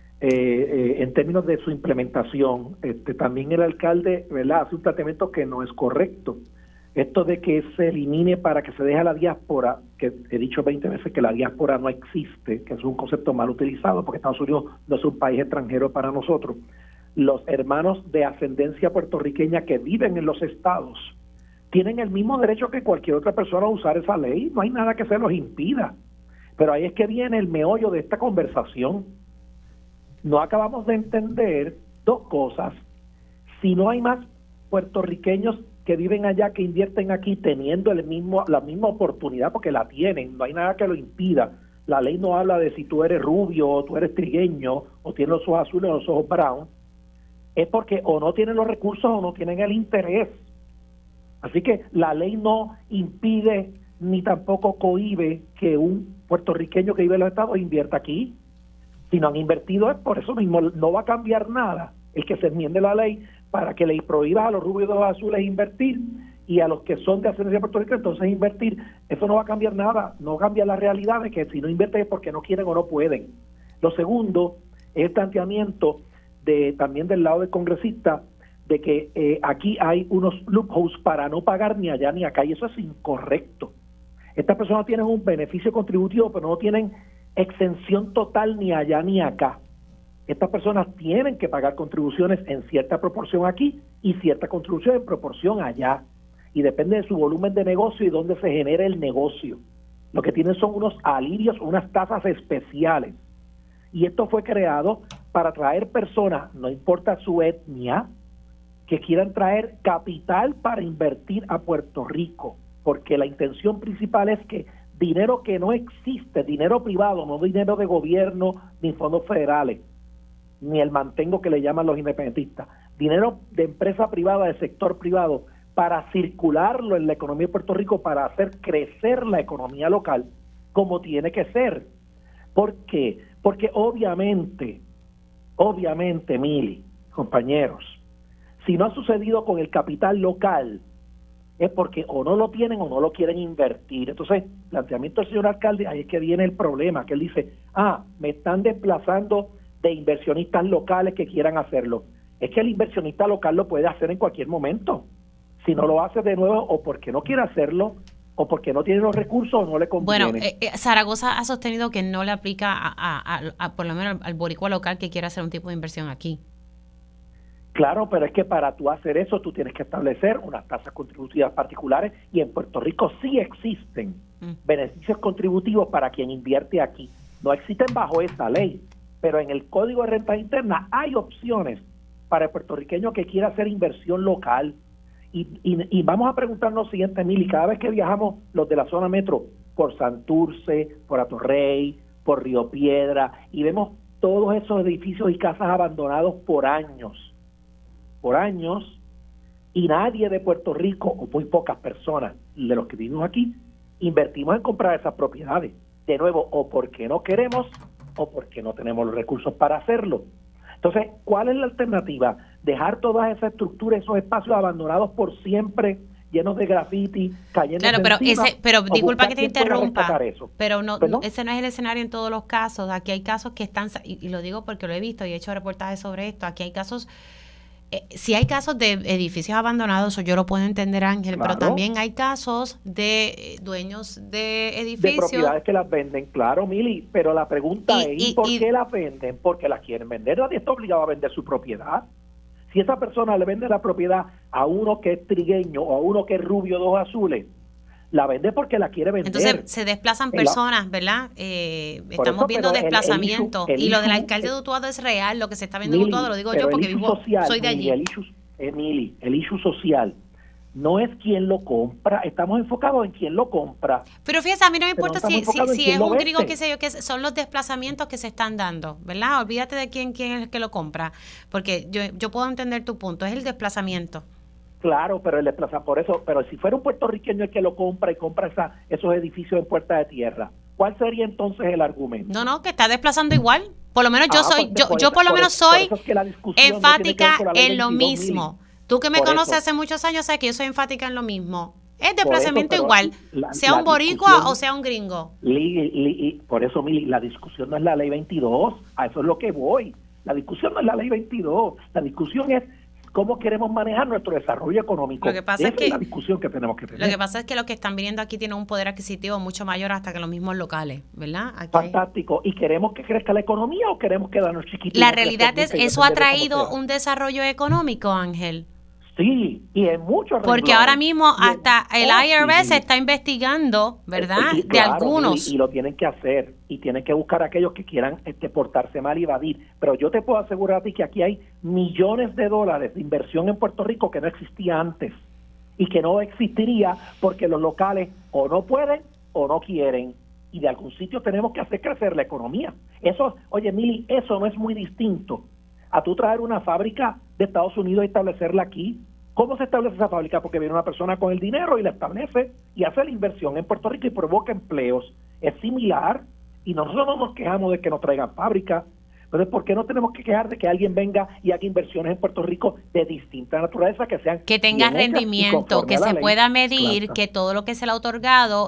en términos de su implementación. También el alcalde, ¿verdad?, hace un planteamiento que no es correcto. Esto de que se elimine para que se deje a la diáspora, que he dicho 20 veces que la diáspora no existe, que es un concepto mal utilizado porque Estados Unidos no es un país extranjero para nosotros. Los hermanos de ascendencia puertorriqueña que viven en los estados tienen el mismo derecho que cualquier otra persona a usar esa ley, no hay nada que se los impida. Pero ahí es que viene el meollo de esta conversación. No acabamos de entender dos cosas. Si no hay más puertorriqueños que viven allá, que invierten aquí teniendo la misma oportunidad, porque la tienen, no hay nada que lo impida. La ley no habla de si tú eres rubio o tú eres trigueño o tienes los ojos azules o los ojos brown, es porque o no tienen los recursos o no tienen el interés. Así que la ley no impide ni tampoco cohíbe que un puertorriqueño que vive en los estados invierta aquí. Si no han invertido es por eso mismo, no va a cambiar nada el que se enmiende la ley para que le prohíbas a los rubios y los azules invertir y a los que son de ascendencia puertorriqueña entonces invertir. Eso no va a cambiar nada, no cambia la realidad de que si no invierten es porque no quieren o no pueden. Lo segundo es el planteamiento también del lado del congresista de que aquí hay unos loopholes para no pagar ni allá ni acá, y eso es incorrecto. Estas personas tienen un beneficio contributivo, pero no tienen exención total ni allá ni acá. Estas personas tienen que pagar contribuciones en cierta proporción aquí y cierta contribución en proporción allá. Y depende de su volumen de negocio y dónde se genera el negocio. Lo que tienen son unos alivios, unas tasas especiales. Y esto fue creado para traer personas, no importa su etnia, que quieran traer capital para invertir a Puerto Rico, porque la intención principal es que dinero que no existe, dinero privado, no dinero de gobierno ni fondos federales, ni el mantengo que le llaman los independentistas, dinero de empresa privada, de sector privado, para circularlo en la economía de Puerto Rico, para hacer crecer la economía local como tiene que ser. ¿Por qué? Porque obviamente, Mili, compañeros, si no ha sucedido con el capital local, es porque o no lo tienen o no lo quieren invertir. Entonces, planteamiento del señor alcalde, ahí es que viene el problema, que él dice, me están desplazando de inversionistas locales que quieran hacerlo. Es que el inversionista local lo puede hacer en cualquier momento. Si no lo hace de nuevo, o porque no quiere hacerlo, o porque no tiene los recursos o no le conviene. Bueno, Zaragoza ha sostenido que no le aplica a por lo menos al boricua local que quiera hacer un tipo de inversión aquí. Claro, pero es que para tú hacer eso, tú tienes que establecer unas tasas contributivas particulares, y en Puerto Rico sí existen beneficios contributivos para quien invierte aquí. No existen bajo esa ley, pero en el Código de Renta Interna hay opciones para el puertorriqueño que quiera hacer inversión local. Y vamos a preguntarnos lo siguiente, Mili, cada vez que viajamos los de la zona metro por Santurce, por Atorrey, por Río Piedra, y vemos todos esos edificios y casas abandonados por años, y nadie de Puerto Rico, o muy pocas personas de los que vivimos aquí, invertimos en comprar esas propiedades. De nuevo, o porque no queremos, o porque no tenemos los recursos para hacerlo. Entonces, ¿cuál es la alternativa? Dejar toda esa estructura, esos espacios abandonados por siempre, llenos de graffiti, cayendo encima, pero disculpa que te interrumpa, pero no, ese no es el escenario en todos los casos. Aquí hay casos que están, y lo digo porque lo he visto y he hecho reportajes sobre esto, aquí hay casos, si hay casos de edificios abandonados, eso yo lo puedo entender, Ángel, claro, pero también hay casos de dueños de edificios. De propiedades que las venden, claro, Mili, pero la pregunta es, ¿por qué las venden? Porque las quieren vender. Nadie está obligado a vender su propiedad. Si esa persona le vende la propiedad a uno que es trigueño o a uno que es rubio de ojos azules, la vende porque la quiere vender. Entonces se desplazan personas, ¿verdad? Estamos viendo desplazamiento. Y lo del alcalde de Utuado es real, lo que se está viendo en Utuado, lo digo yo porque soy de allí. El issue social no es quién lo compra, estamos enfocados en quién lo compra. Pero fíjate, a mí no me importa si es un gringo, qué sé yo, que son los desplazamientos que se están dando, ¿verdad? Olvídate de quién es el que lo compra, porque yo puedo entender tu punto, es el desplazamiento. Claro, pero pero si fuera un puertorriqueño el que lo compra y compra esos edificios en Puerta de Tierra, ¿cuál sería entonces el argumento? No, que está desplazando igual. Por lo menos yo por lo menos soy enfática en lo mismo. Tú que me conoces hace muchos años sabes que yo soy enfática en lo mismo. Es desplazamiento igual, sea un boricua o sea un gringo. Por eso, Mili, la discusión no es la ley 22, a eso es lo que voy. La discusión no es la ley 22, la discusión es cómo queremos manejar nuestro desarrollo económico. Lo que pasa es la discusión que tenemos que tener. Lo que pasa es que los que están viniendo aquí tienen un poder adquisitivo mucho mayor hasta que los mismos locales, ¿verdad? Fantástico. ¿Y queremos que crezca la economía o queremos quedarnos chiquitos? La realidad es, ¿eso ha traído un desarrollo económico, Ángel? Sí, y en muchos porque ahora mismo hasta el IRS está investigando, ¿verdad? Claro, de algunos. Y lo tienen que hacer, y tienen que buscar a aquellos que quieran portarse mal y evadir. Pero yo te puedo asegurar a ti que aquí hay millones de dólares de inversión en Puerto Rico que no existía antes y que no existiría porque los locales o no pueden o no quieren. Y de algún sitio tenemos que hacer crecer la economía. Eso, oye, Mili, eso no es muy distinto a tú traer una fábrica de Estados Unidos y establecerla aquí. ¿Cómo se establece esa fábrica? Porque viene una persona con el dinero y la establece y hace la inversión en Puerto Rico y provoca empleos. Es similar, y nosotros no nos quejamos de que nos traigan fábricas. Entonces, ¿por qué no tenemos que quejar de que alguien venga y haga inversiones en Puerto Rico de distinta naturaleza, que sean que tenga rendimiento, que se pueda medir, claro, que todo lo que se le ha otorgado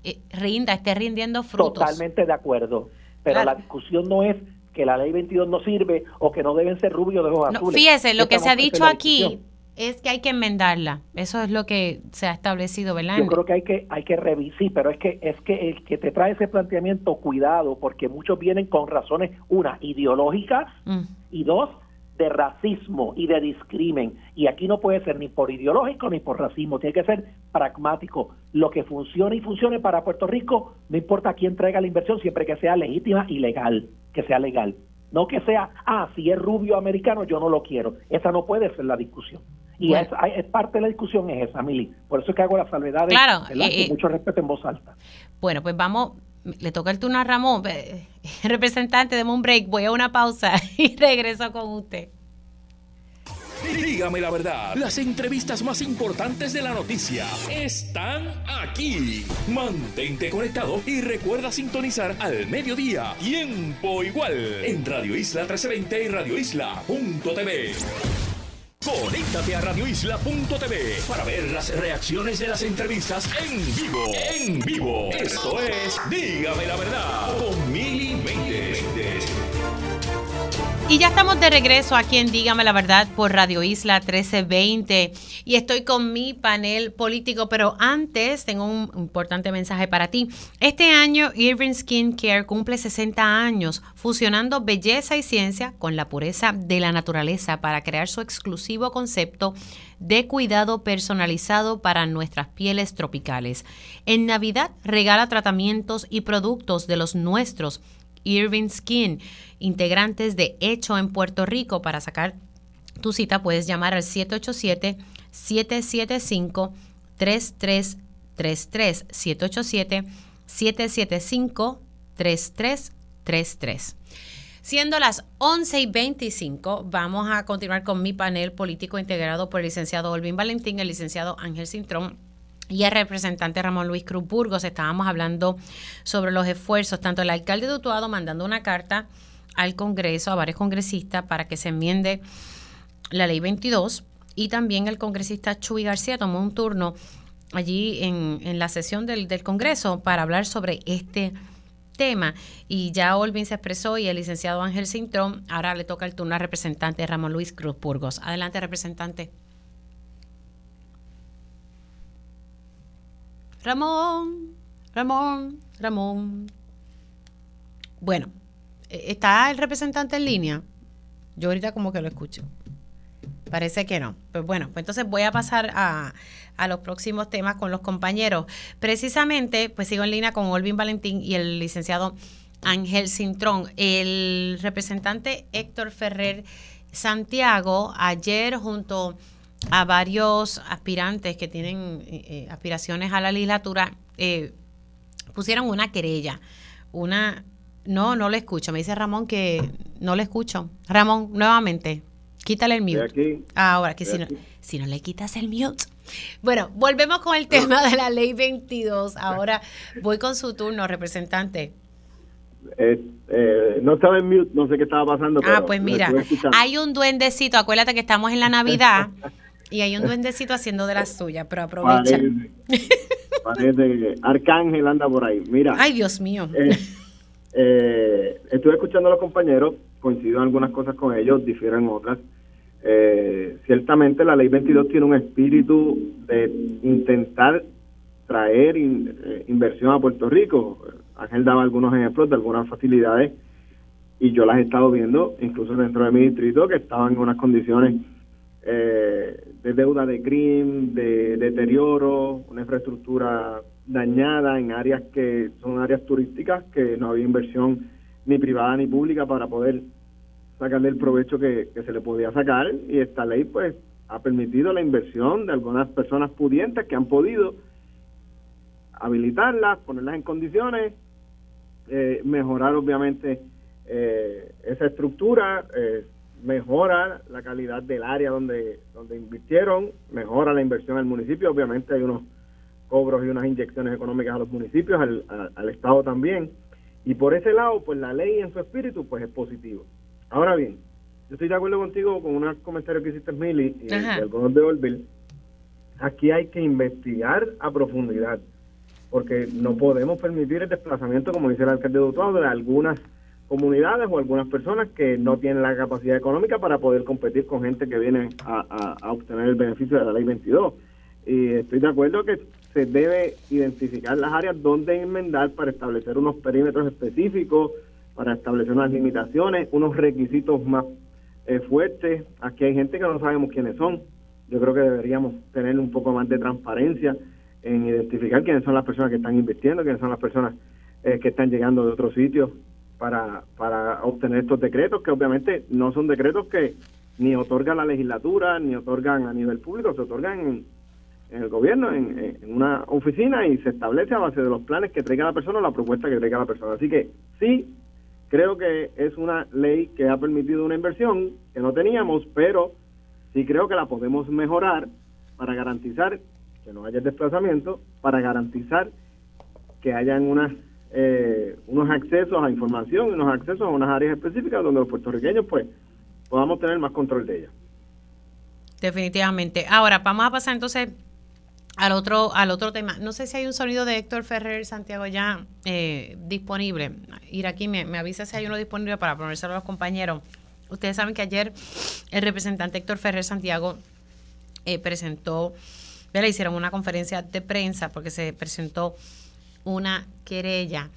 esté rindiendo frutos? Totalmente de acuerdo, pero claro, la discusión no es que la ley 22 no sirve o que no deben ser rubios de ojos azules. Fíjese, lo que se ha dicho aquí es que hay que enmendarla. Eso es lo que se ha establecido, ¿verdad? Yo creo que hay que revisar, pero es que el que te trae ese planteamiento, cuidado, porque muchos vienen con razones, una, ideológicas, y dos, de racismo y de discrimen. Y aquí no puede ser ni por ideológico ni por racismo, tiene que ser pragmático. Lo que funcione y funcione para Puerto Rico, no importa quién traiga la inversión, siempre que sea legítima y legal, que sea legal. No que sea, si es rubio americano, yo no lo quiero. Esa no puede ser la discusión. Y bueno, es parte de la discusión es esa, Mili. Por eso es que hago la salvedad de claro, con mucho respeto en voz alta. Bueno, pues vamos, le toca el turno a Ramón. Representante, deme un break, voy a una pausa y regreso con usted. Dígame la verdad, las entrevistas más importantes de la noticia están aquí. Mantente conectado y recuerda sintonizar al mediodía, tiempo igual, en Radio Isla 1320 y radioisla.tv. Conéctate a radioisla.tv para ver las reacciones de las entrevistas en vivo. En vivo. Esto es Dígame la verdad con Mili Méndez. Y ya estamos de regreso aquí en Dígame la Verdad por Radio Isla 1320 y estoy con mi panel político, pero antes tengo un importante mensaje para ti. Este año Irving Skin Care cumple 60 años fusionando belleza y ciencia con la pureza de la naturaleza para crear su exclusivo concepto de cuidado personalizado para nuestras pieles tropicales. En Navidad regala tratamientos y productos de los nuestros Irving Skin, integrantes de Hecho en Puerto Rico. Para sacar tu cita puedes llamar al 787-775-3333, 787-775-3333. Siendo las 11:25, vamos a continuar con mi panel político integrado por el licenciado Olvin Valentín, el licenciado Ángel Cintrón y el representante Ramón Luis Cruz Burgos. Estábamos hablando sobre los esfuerzos, tanto el alcalde de Utuado mandando una carta al Congreso, a varios congresistas, para que se enmiende la Ley 22, y también el congresista Chuy García tomó un turno allí en la sesión del Congreso para hablar sobre este tema. Y ya Olvin se expresó y el licenciado Ángel Cintrón. Ahora le toca el turno al representante Ramón Luis Cruz Burgos. Adelante, representante. Ramón. Bueno, ¿está el representante en línea? Yo ahorita como que lo escucho. Parece que no. Pues bueno, pues entonces voy a pasar a los próximos temas con los compañeros. Precisamente, pues sigo en línea con Olvin Valentín y el licenciado Ángel Cintrón. El representante Héctor Ferrer Santiago, ayer junto a varios aspirantes que tienen aspiraciones a la legislatura, pusieron una querella. No le escucho. Me dice Ramón que no le escucho. Ramón, nuevamente, quítale el mute. Aquí. Ahora, que si no le quitas el mute. Bueno, volvemos con el tema de la Ley 22. Ahora voy con su turno, representante. No estaba en mute, no sé qué estaba pasando. Pero pues mira, hay un duendecito, acuérdate que estamos en la Navidad y hay un duendecito haciendo de las suyas, pero aprovecha. Parece que Arcángel anda por ahí. Mira. Ay, Dios mío. Estuve escuchando a los compañeros, coincido en algunas cosas con ellos, difieren en otras. Ciertamente la Ley 22 tiene un espíritu de intentar traer inversión a Puerto Rico. Ángel daba algunos ejemplos de algunas facilidades y yo las he estado viendo, incluso dentro de mi distrito, que estaban en unas condiciones de deuda de crimen, de deterioro, una infraestructura dañada en áreas que son áreas turísticas, que no había inversión ni privada ni pública para poder sacarle el provecho que se le podía sacar, y esta ley pues ha permitido la inversión de algunas personas pudientes que han podido habilitarlas, ponerlas en condiciones, mejorar obviamente esa estructura, mejora la calidad del área donde invirtieron, mejora la inversión al municipio. Obviamente hay unos cobros y unas inyecciones económicas a los municipios, al Estado también, y por ese lado pues la ley en su espíritu pues es positivo. Ahora bien, yo estoy de acuerdo contigo con unos comentarios que hiciste, Mili, y algunos de Olvil. Aquí hay que investigar a profundidad, porque no podemos permitir el desplazamiento, como dice el alcalde de Utuado, de algunas comunidades o algunas personas que no tienen la capacidad económica para poder competir con gente que viene a obtener el beneficio de la Ley 22. Y estoy de acuerdo que se debe identificar las áreas donde enmendar para establecer unos perímetros específicos, para establecer unas limitaciones, unos requisitos más fuertes. Aquí hay gente que no sabemos quiénes son. Yo creo que deberíamos tener un poco más de transparencia en identificar quiénes son las personas que están invirtiendo, quiénes son las personas que están llegando de otros sitios para obtener estos decretos, que obviamente no son decretos que ni otorga la legislatura, ni otorgan a nivel público, se otorgan en el gobierno, en una oficina, y se establece a base de los planes que traiga la persona o la propuesta que traiga la persona. Así que sí, creo que es una ley que ha permitido una inversión que no teníamos, pero sí creo que la podemos mejorar para garantizar que no haya desplazamiento, para garantizar que hayan unos accesos a información, unos accesos a unas áreas específicas donde los puertorriqueños pues podamos tener más control de ellas. Definitivamente. Ahora vamos a pasar entonces al otro tema. No sé si hay un sonido de Héctor Ferrer Santiago ya disponible. Ir aquí, me avisa si hay uno disponible para ponérselo a los compañeros. Ustedes saben que ayer el representante Héctor Ferrer Santiago presentó, le hicieron una conferencia de prensa porque se presentó una querella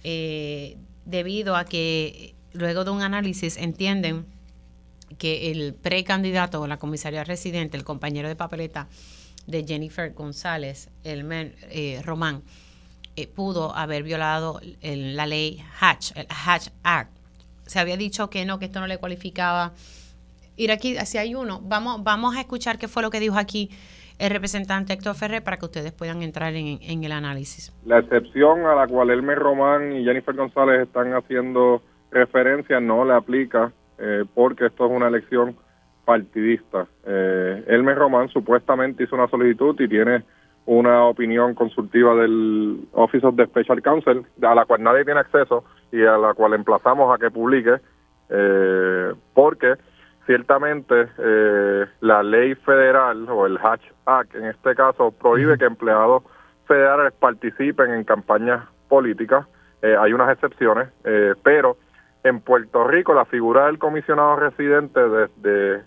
debido a que luego de un análisis entienden que el precandidato a la comisaría residente, el compañero de papeleta de Jennifer González, Elmer Román, pudo haber violado la ley Hatch, el Hatch Act. Se había dicho que no, que esto no le cualificaba. Ir aquí, si hay uno, vamos a escuchar qué fue lo que dijo aquí el representante Héctor Ferrer para que ustedes puedan entrar en el análisis. La excepción a la cual Elmer Román y Jennifer González están haciendo referencia no le aplica porque esto es una elección partidista. Elmer Román supuestamente hizo una solicitud y tiene una opinión consultiva del Office of the Special Counsel, a la cual nadie tiene acceso y a la cual emplazamos a que publique, porque ciertamente la ley federal o el Hatch Act en este caso prohíbe que empleados federales participen en campañas políticas. Hay unas excepciones, pero en Puerto Rico la figura del comisionado residente, desde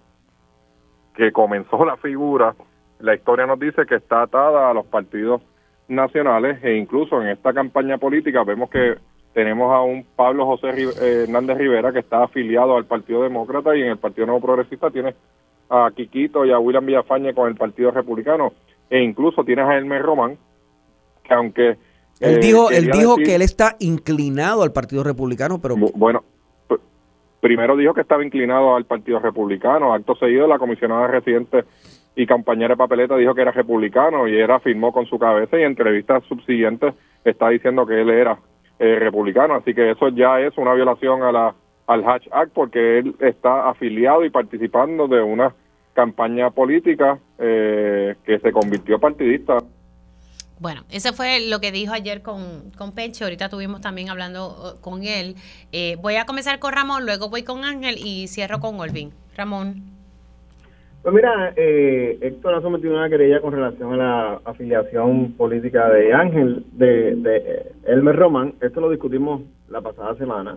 que comenzó la figura, la historia nos dice que está atada a los partidos nacionales, e incluso en esta campaña política vemos que tenemos a un Pablo José Hernández Rivera que está afiliado al Partido Demócrata, y en el Partido Nuevo Progresista tiene a Quiquito y a William Villafañe con el Partido Republicano, e incluso tienes a Elmer Román, que aunque él dijo que él está inclinado al Partido Republicano, pero bueno, primero dijo que estaba inclinado al Partido Republicano, acto seguido la comisionada residente y compañera de papeleta dijo que era republicano y él afirmó con su cabeza, y en entrevistas subsiguientes está diciendo que él era republicano, así que eso ya es una violación a al Hatch Act, porque él está afiliado y participando de una campaña política que se convirtió partidista. Bueno, eso fue lo que dijo ayer con Pencho. Ahorita estuvimos también hablando con él. Voy a comenzar con Ramón, luego voy con Ángel y cierro con Olvin. Ramón. Pues mira, Héctor ha sometido una querella con relación a la afiliación política de Ángel, de Elmer Román. Esto lo discutimos la pasada semana.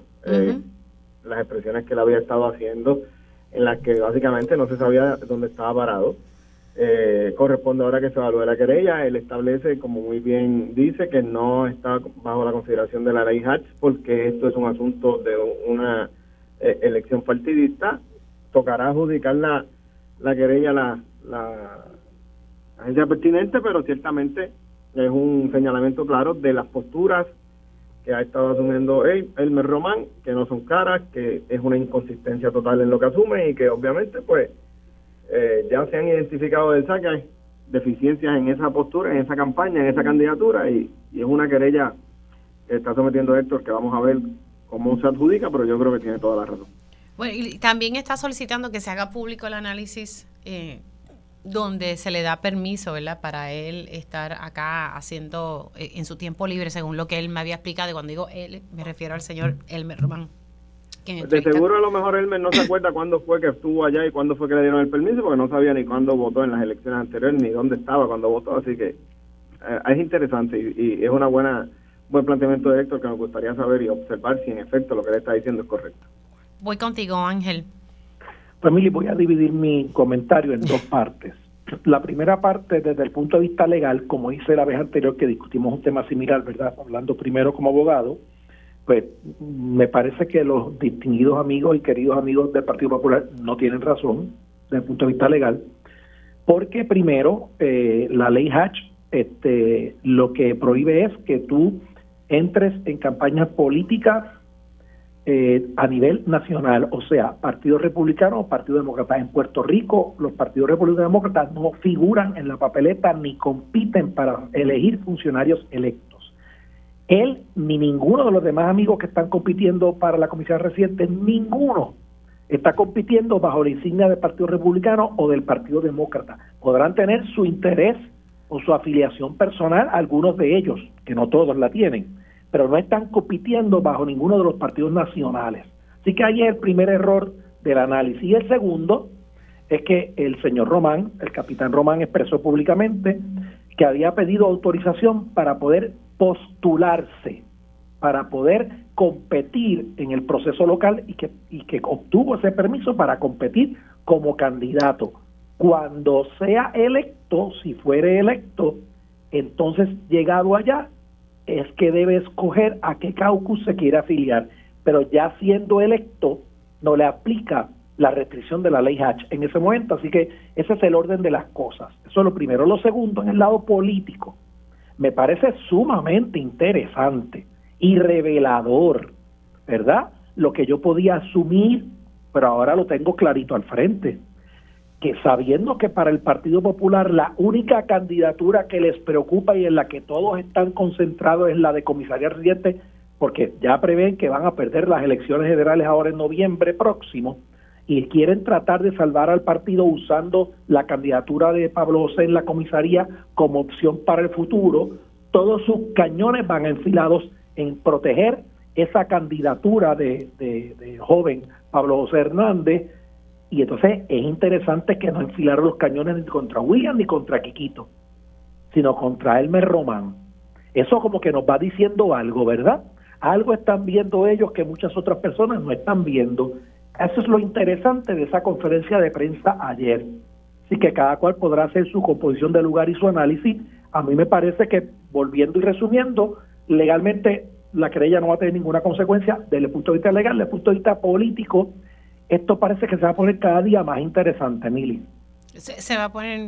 Las expresiones que él había estado haciendo, en las que básicamente no se sabía dónde estaba parado. Corresponde ahora que se evalúe la querella. Él establece, como muy bien dice, que no está bajo la consideración de la ley Hatch, porque esto es un asunto de una elección partidista. Tocará adjudicar la querella a la agencia pertinente, pero ciertamente es un señalamiento claro de las posturas que ha estado asumiendo Elmer Román, que no son caras, que es una inconsistencia total en lo que asume, y que obviamente pues ya se han identificado del saque hay deficiencias en esa postura, en esa campaña, en esa candidatura, y es una querella que está sometiendo Héctor, que vamos a ver cómo se adjudica, pero yo creo que tiene toda la razón. Bueno, y también está solicitando que se haga público el análisis donde se le da permiso, ¿verdad?, para él estar acá haciendo en su tiempo libre, según lo que él me había explicado. Y cuando digo él, me refiero al señor Elmer Román. De seguro a lo mejor Elmer no se acuerda cuándo fue que estuvo allá y cuándo fue que le dieron el permiso, porque no sabía ni cuándo votó en las elecciones anteriores, ni dónde estaba cuando votó, así que es interesante y es buen planteamiento de Héctor, que nos gustaría saber y observar si en efecto lo que él está diciendo es correcto. Voy contigo, Ángel. Pues Mili, voy a dividir mi comentario en dos partes. La primera parte, desde el punto de vista legal, como hice la vez anterior que discutimos un tema similar, ¿verdad? Hablando primero como abogado, pues me parece que los distinguidos amigos y queridos amigos del Partido Popular no tienen razón desde el punto de vista legal, porque primero la ley Hatch lo que prohíbe es que tú entres en campañas políticas a nivel nacional, o sea, Partido Republicano o Partido Demócrata. En Puerto Rico, los partidos republicanos y demócratas no figuran en la papeleta ni compiten para elegir funcionarios electos. Él ni ninguno de los demás amigos que están compitiendo para la comisión residente, ninguno está compitiendo bajo la insignia del Partido Republicano o del Partido Demócrata. Podrán tener su interés o su afiliación personal, algunos de ellos, que no todos la tienen, pero no están compitiendo bajo ninguno de los partidos nacionales. Así que ahí es el primer error del análisis. Y el segundo es que el señor Román, el capitán Román, expresó públicamente que había pedido autorización para poder postularse, para poder competir en el proceso local y que obtuvo ese permiso para competir como candidato. Cuando sea electo, si fuere electo, entonces llegado allá, es que debe escoger a qué caucus se quiere afiliar, pero ya siendo electo no le aplica la restricción de la ley Hatch en ese momento, así que ese es el orden de las cosas. Eso es lo primero. Lo segundo, en el lado político, me parece sumamente interesante y revelador, ¿verdad? Lo que yo podía asumir, pero ahora lo tengo clarito al frente, que sabiendo que para el Partido Popular la única candidatura que les preocupa y en la que todos están concentrados es la de comisaría residente, porque ya prevén que van a perder las elecciones generales ahora en noviembre próximo, y quieren tratar de salvar al partido usando la candidatura de Pablo José en la comisaría como opción para el futuro, todos sus cañones van enfilados en proteger esa candidatura de joven Pablo José Hernández. Y entonces es interesante que no enfilaron los cañones ni contra William ni contra Quiquito, sino contra Elmer Román. Eso como que nos va diciendo algo, ¿verdad? Algo están viendo ellos que muchas otras personas no están viendo. Eso es lo interesante de esa conferencia de prensa ayer. Así que cada cual podrá hacer su composición de lugar y su análisis. A mí me parece que, volviendo y resumiendo, legalmente la querella no va a tener ninguna consecuencia desde el punto de vista legal, desde el punto de vista político. Esto parece que se va a poner cada día más interesante, Mili. Se va a poner...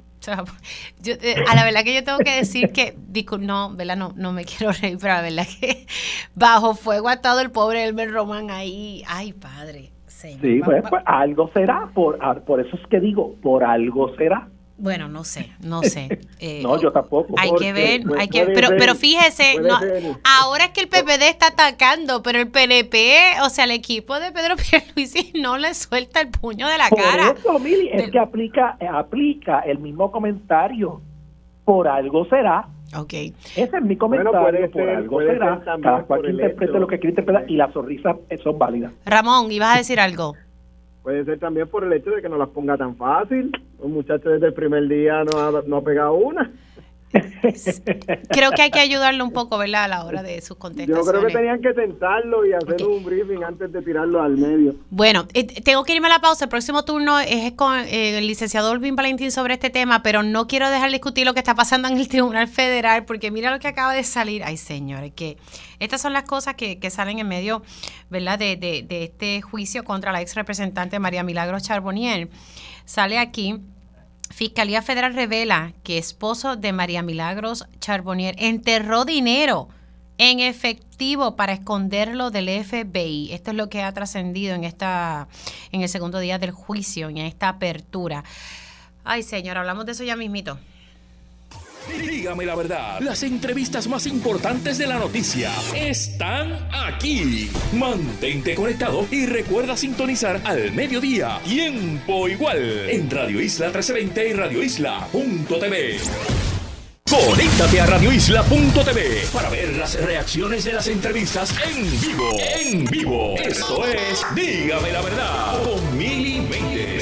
a la verdad que yo tengo que decir que, no, ¿verdad? No me quiero reír, pero la verdad que bajo fuego ha estado el pobre Elmer Román ahí. Ay, padre. Señor. Sí, pues algo será, por eso es que digo, por algo será. Bueno, no sé. No, yo tampoco. Hay que ver, pero fíjese, ahora es que el PPD está atacando, pero el PNP, o sea, el equipo de Pedro Pierluisi no le suelta el puño de la cara. Por eso, Mili, es que aplica el mismo comentario. Por algo será. Okay. Ese es mi comentario, por algo será. Cada cual que interprete lo que quiere interpretar y las sonrisas son válidas. Ramón, ¿ibas a decir algo? Puede ser también por el hecho de que no las ponga tan fácil. Un muchacho desde el primer día no ha pegado una. Creo que hay que ayudarlo un poco, ¿verdad? A la hora de sus contestaciones. Yo creo que tenían que tentarlo y hacer un briefing antes de tirarlo al medio. Bueno, tengo que irme a la pausa. El próximo turno es con el licenciado Olvin Valentín sobre este tema, pero no quiero dejar de discutir lo que está pasando en el Tribunal Federal, porque mira lo que acaba de salir. Ay, señores, que estas son las cosas que salen en medio, ¿verdad? De este juicio contra la ex representante María Milagros Charbonnier. Sale aquí: Fiscalía Federal revela que esposo de María Milagros Charbonnier enterró dinero en efectivo para esconderlo del FBI. Esto es lo que ha trascendido en el segundo día del juicio, en esta apertura. Ay, señor, hablamos de eso ya mismito. Dígame la verdad, las entrevistas más importantes de la noticia están aquí. Mantente conectado y recuerda sintonizar al mediodía, tiempo igual, en Radio Isla 1320 y radioisla.tv. Conéctate a radioisla.tv para ver las reacciones de las entrevistas en vivo. En vivo. Esto es Dígame la verdad con Mili Méndez.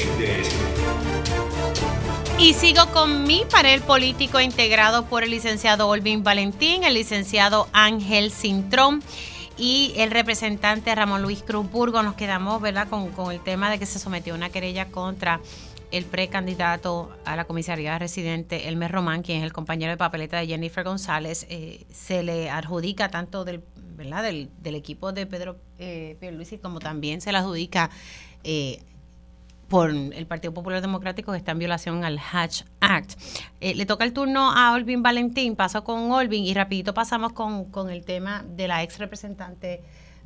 Y sigo con mi panel político integrado por el licenciado Olvin Valentín, el licenciado Ángel Cintrón y el representante Ramón Luis Cruz Burgos. Nos quedamos, ¿verdad?, con el tema de que se sometió una querella contra el precandidato a la comisaría residente Elmer Román, quien es el compañero de papeleta de Jennifer González. Se le adjudica tanto del equipo de Pedro Pierluisi, como también se le adjudica por el Partido Popular Democrático, que está en violación al Hatch Act. Le toca el turno a Olvin Valentín. Paso con Olvin y rapidito pasamos con el tema de la ex representante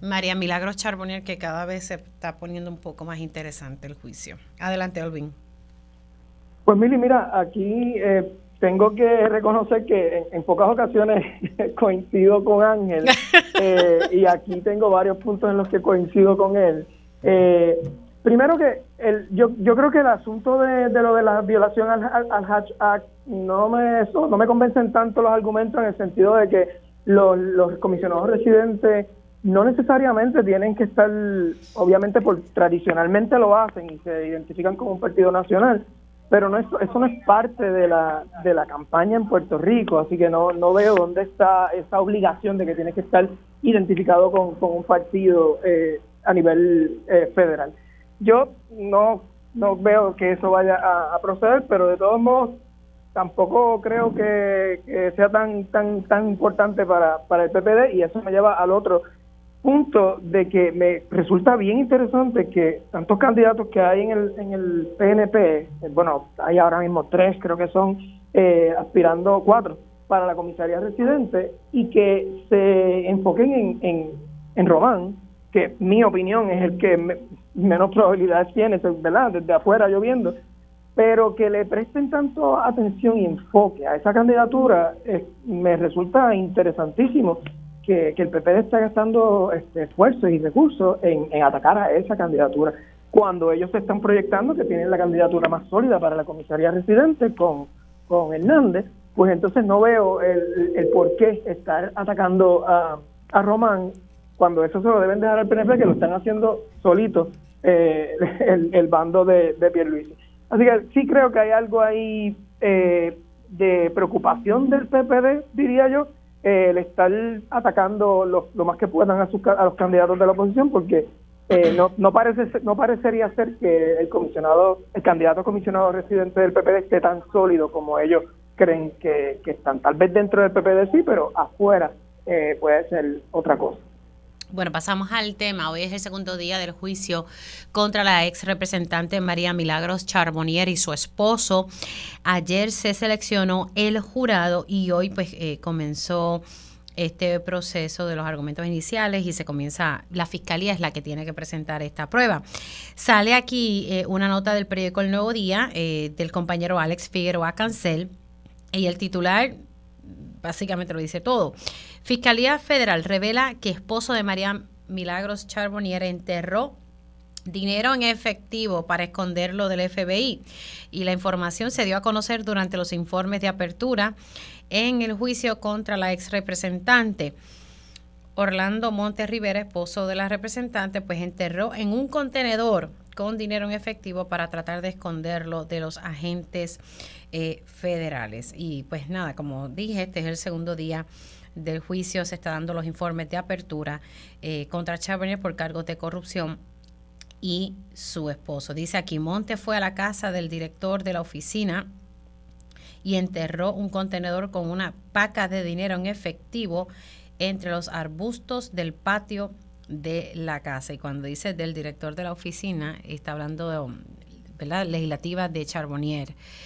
María Milagros Charbonnier, que cada vez se está poniendo un poco más interesante el juicio. Adelante, Olvin. Pues Mili, mira, aquí tengo que reconocer que en pocas ocasiones coincido con Ángel y aquí tengo varios puntos en los que coincido con él. Primero que yo creo que el asunto de lo de la violación al Hatch Act no me convencen tanto los argumentos, en el sentido de que los comisionados residentes no necesariamente tienen que estar, obviamente tradicionalmente lo hacen y se identifican como un partido nacional, pero eso no es parte de la campaña en Puerto Rico, así que no veo dónde está esa obligación de que tiene que estar identificado con un partido a nivel federal. Yo no veo que eso vaya a proceder, pero de todos modos tampoco creo que sea tan importante para el PPD, y eso me lleva al otro punto de que me resulta bien interesante que tantos candidatos que hay en el PNP, bueno, hay ahora mismo 3, creo que son, aspirando 4 para la comisaría residente, y que se enfoquen en Román, que mi opinión es el que menos probabilidades tiene, ¿verdad?, desde afuera yo viendo, pero que le presten tanto atención y enfoque a esa candidatura, me resulta interesantísimo que el PPD está gastando esfuerzos y recursos en atacar a esa candidatura, cuando ellos se están proyectando que tienen la candidatura más sólida para la comisaría residente con Hernández. Pues entonces no veo el por qué estar atacando a Román, cuando eso se lo deben dejar al PNP, que lo están haciendo solito el bando de Pierluisi. Así que sí creo que hay algo ahí de preocupación del PPD, diría yo, el estar atacando lo más que puedan a los candidatos de la oposición, porque no parecería ser que el candidato a comisionado residente del PPD esté tan sólido como ellos creen que están. Tal vez dentro del PPD sí, pero afuera puede ser otra cosa. Bueno, pasamos al tema. Hoy es el segundo día del juicio contra la ex representante María Milagros Charbonnier y su esposo. Ayer se seleccionó el jurado y hoy pues comenzó este proceso de los argumentos iniciales y la fiscalía es la que tiene que presentar esta prueba. Sale aquí una nota del periódico El Nuevo Día del compañero Alex Figueroa Cancel, y el titular básicamente lo dice todo. Fiscalía Federal revela que esposo de María Milagros Charbonnier enterró dinero en efectivo para esconderlo del FBI, y la información se dio a conocer durante los informes de apertura en el juicio contra la ex representante. Orlando Montes Rivera, esposo de la representante, pues enterró en un contenedor con dinero en efectivo para tratar de esconderlo de los agentes federales. Y pues nada, como dije, este es el segundo día del juicio. Se está dando los informes de apertura contra Charbonnier por cargos de corrupción y su esposo. Dice aquí: Monte fue a la casa del director de la oficina y enterró un contenedor con una paca de dinero en efectivo entre los arbustos del patio de la casa. Y cuando dice del director de la oficina, está hablando de, ¿verdad?, legislativa de Charbonnier.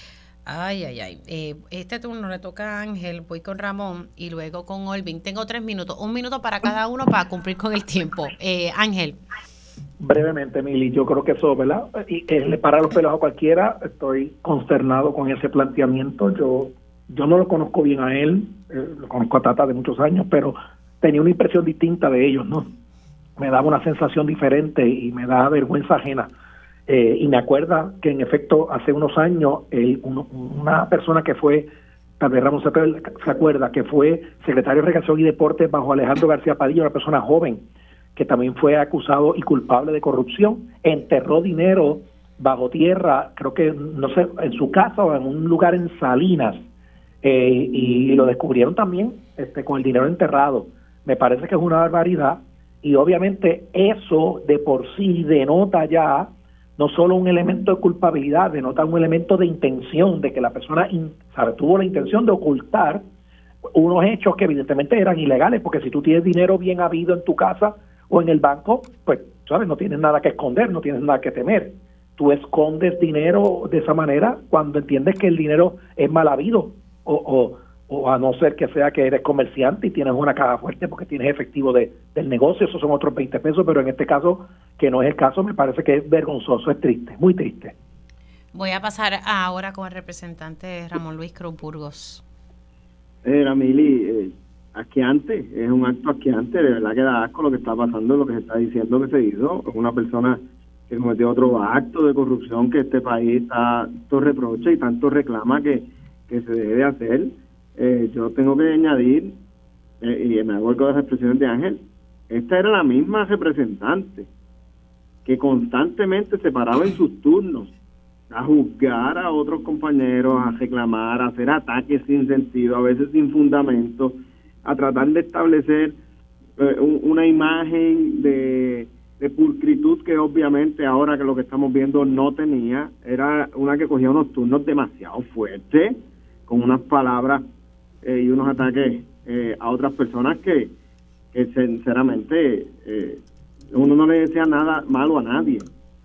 Este turno le toca a Ángel, voy con Ramón y luego con Olvin. Tengo 3 minutos, 1 minuto para cada uno para cumplir con el tiempo. Ángel. Brevemente, Mili, yo creo que eso, ¿verdad?, le para los pelos a cualquiera. Estoy consternado con ese planteamiento. Yo no lo conozco bien a él, lo conozco a Tata de muchos años, pero tenía una impresión distinta de ellos, ¿no? Me daba una sensación diferente y me da vergüenza ajena. Y me acuerda que en efecto hace unos años una persona que fue, tal vez Ramón se acuerda, que fue secretario de Recreación y Deportes bajo Alejandro García Padilla, una persona joven que también fue acusado y culpable de corrupción, enterró dinero bajo tierra, creo que, no sé, en su casa o en un lugar en Salinas, y lo descubrieron también con el dinero enterrado. Me parece que es una barbaridad, y obviamente eso de por sí denota ya no solo un elemento de culpabilidad, denota un elemento de intención, de que la persona tuvo la intención de ocultar unos hechos que evidentemente eran ilegales, porque si tú tienes dinero bien habido en tu casa o en el banco, pues, ¿sabes?, no tienes nada que esconder, no tienes nada que temer. Tú escondes dinero de esa manera cuando entiendes que el dinero es mal habido o o a no ser que sea que eres comerciante y tienes una caja fuerte porque tienes efectivo del negocio, esos son otros 20 pesos, pero en este caso, que no es el caso, me parece que es vergonzoso, es triste, muy triste. Voy a pasar ahora con el representante Ramón Luis Cruz Burgos. Ramili, asqueante, es un acto asqueante, de verdad que da asco lo que está pasando, lo que se está diciendo que se hizo. Es una persona que cometió otro acto de corrupción que este país tanto reprocha y tanto reclama que se debe hacer. Yo tengo que añadir, y me hago eco de las expresiones de Ángel, esta era la misma representante que constantemente se paraba en sus turnos a juzgar a otros compañeros, a reclamar, a hacer ataques sin sentido, a veces sin fundamento, a tratar de establecer una imagen de pulcritud que obviamente ahora que lo que estamos viendo no tenía. Era una que cogía unos turnos demasiado fuertes, con unas palabras y unos ataques a otras personas que sinceramente uno no le desea nada malo a nadie.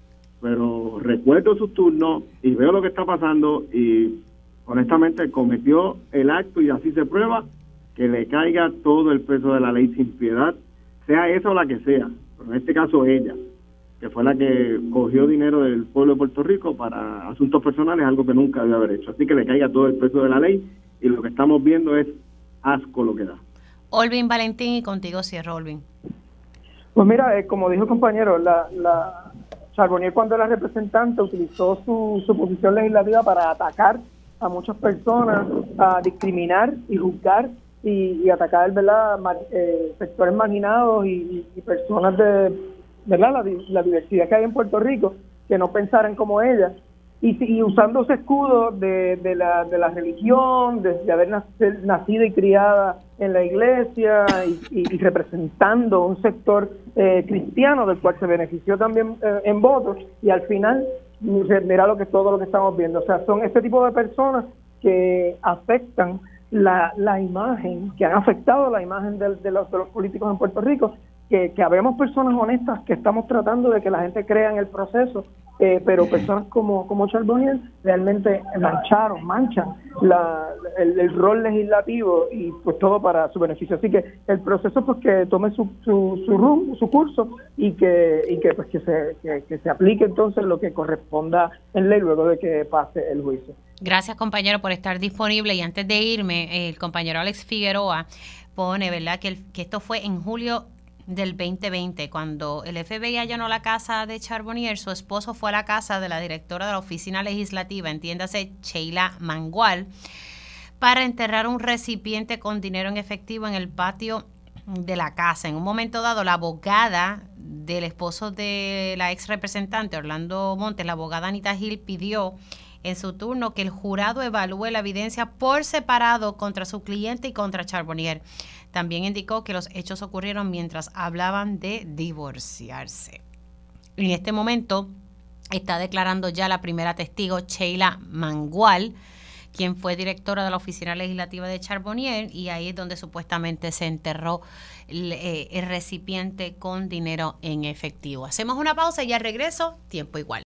Pero recuerdo sus turnos y veo lo que está pasando y honestamente cometió el acto y así se prueba, que le caiga todo el peso de la ley sin piedad, sea esa o la que sea, pero en este caso ella, que fue la que cogió dinero del pueblo de Puerto Rico para asuntos personales, algo que nunca debe haber hecho. Así que le caiga todo el peso de la ley y lo que estamos viendo es asco lo que da. Olvin Valentín, y contigo cierro, Olvin. Pues mira, como dijo el compañero, Charbonnier, cuando era representante, utilizó su posición legislativa para atacar a muchas personas, a discriminar y juzgar y atacar, ¿verdad?, sectores marginados y personas de, ¿verdad?, la diversidad que hay en Puerto Rico, que no pensaran como ella. Y usando ese escudo de la religión, de haber nacido y criada en la iglesia y representando un sector cristiano del cual se benefició también en votos, y al final mira todo lo que estamos viendo. O sea, son este tipo de personas que afectan la imagen, que han afectado la imagen de los políticos en Puerto Rico, que habemos personas honestas que estamos tratando de que la gente crea en el proceso, pero personas como Charbonnier realmente manchan el rol legislativo y pues todo para su beneficio. Así que el proceso pues que tome su curso y que pues que se aplique entonces lo que corresponda en ley luego de que pase el juicio. Gracias, compañero, por estar disponible. Y antes de irme, el compañero Alex Figueroa pone, ¿verdad?, que esto fue en julio del 2020, cuando el FBI allanó la casa de Charbonnier. Su esposo fue a la casa de la directora de la oficina legislativa, entiéndase Sheila Mangual, para enterrar un recipiente con dinero en efectivo en el patio de la casa. En un momento dado, la abogada del esposo de la ex representante Orlando Montes, la abogada Anita Gil, pidió en su turno que el jurado evalúe la evidencia por separado contra su cliente y contra Charbonnier. También indicó que los hechos ocurrieron mientras hablaban de divorciarse. En este momento está declarando ya la primera testigo, Sheila Mangual, quien fue directora de la oficina legislativa de Charbonnier, y ahí es donde supuestamente se enterró el recipiente con dinero en efectivo. Hacemos una pausa y al regreso, tiempo igual.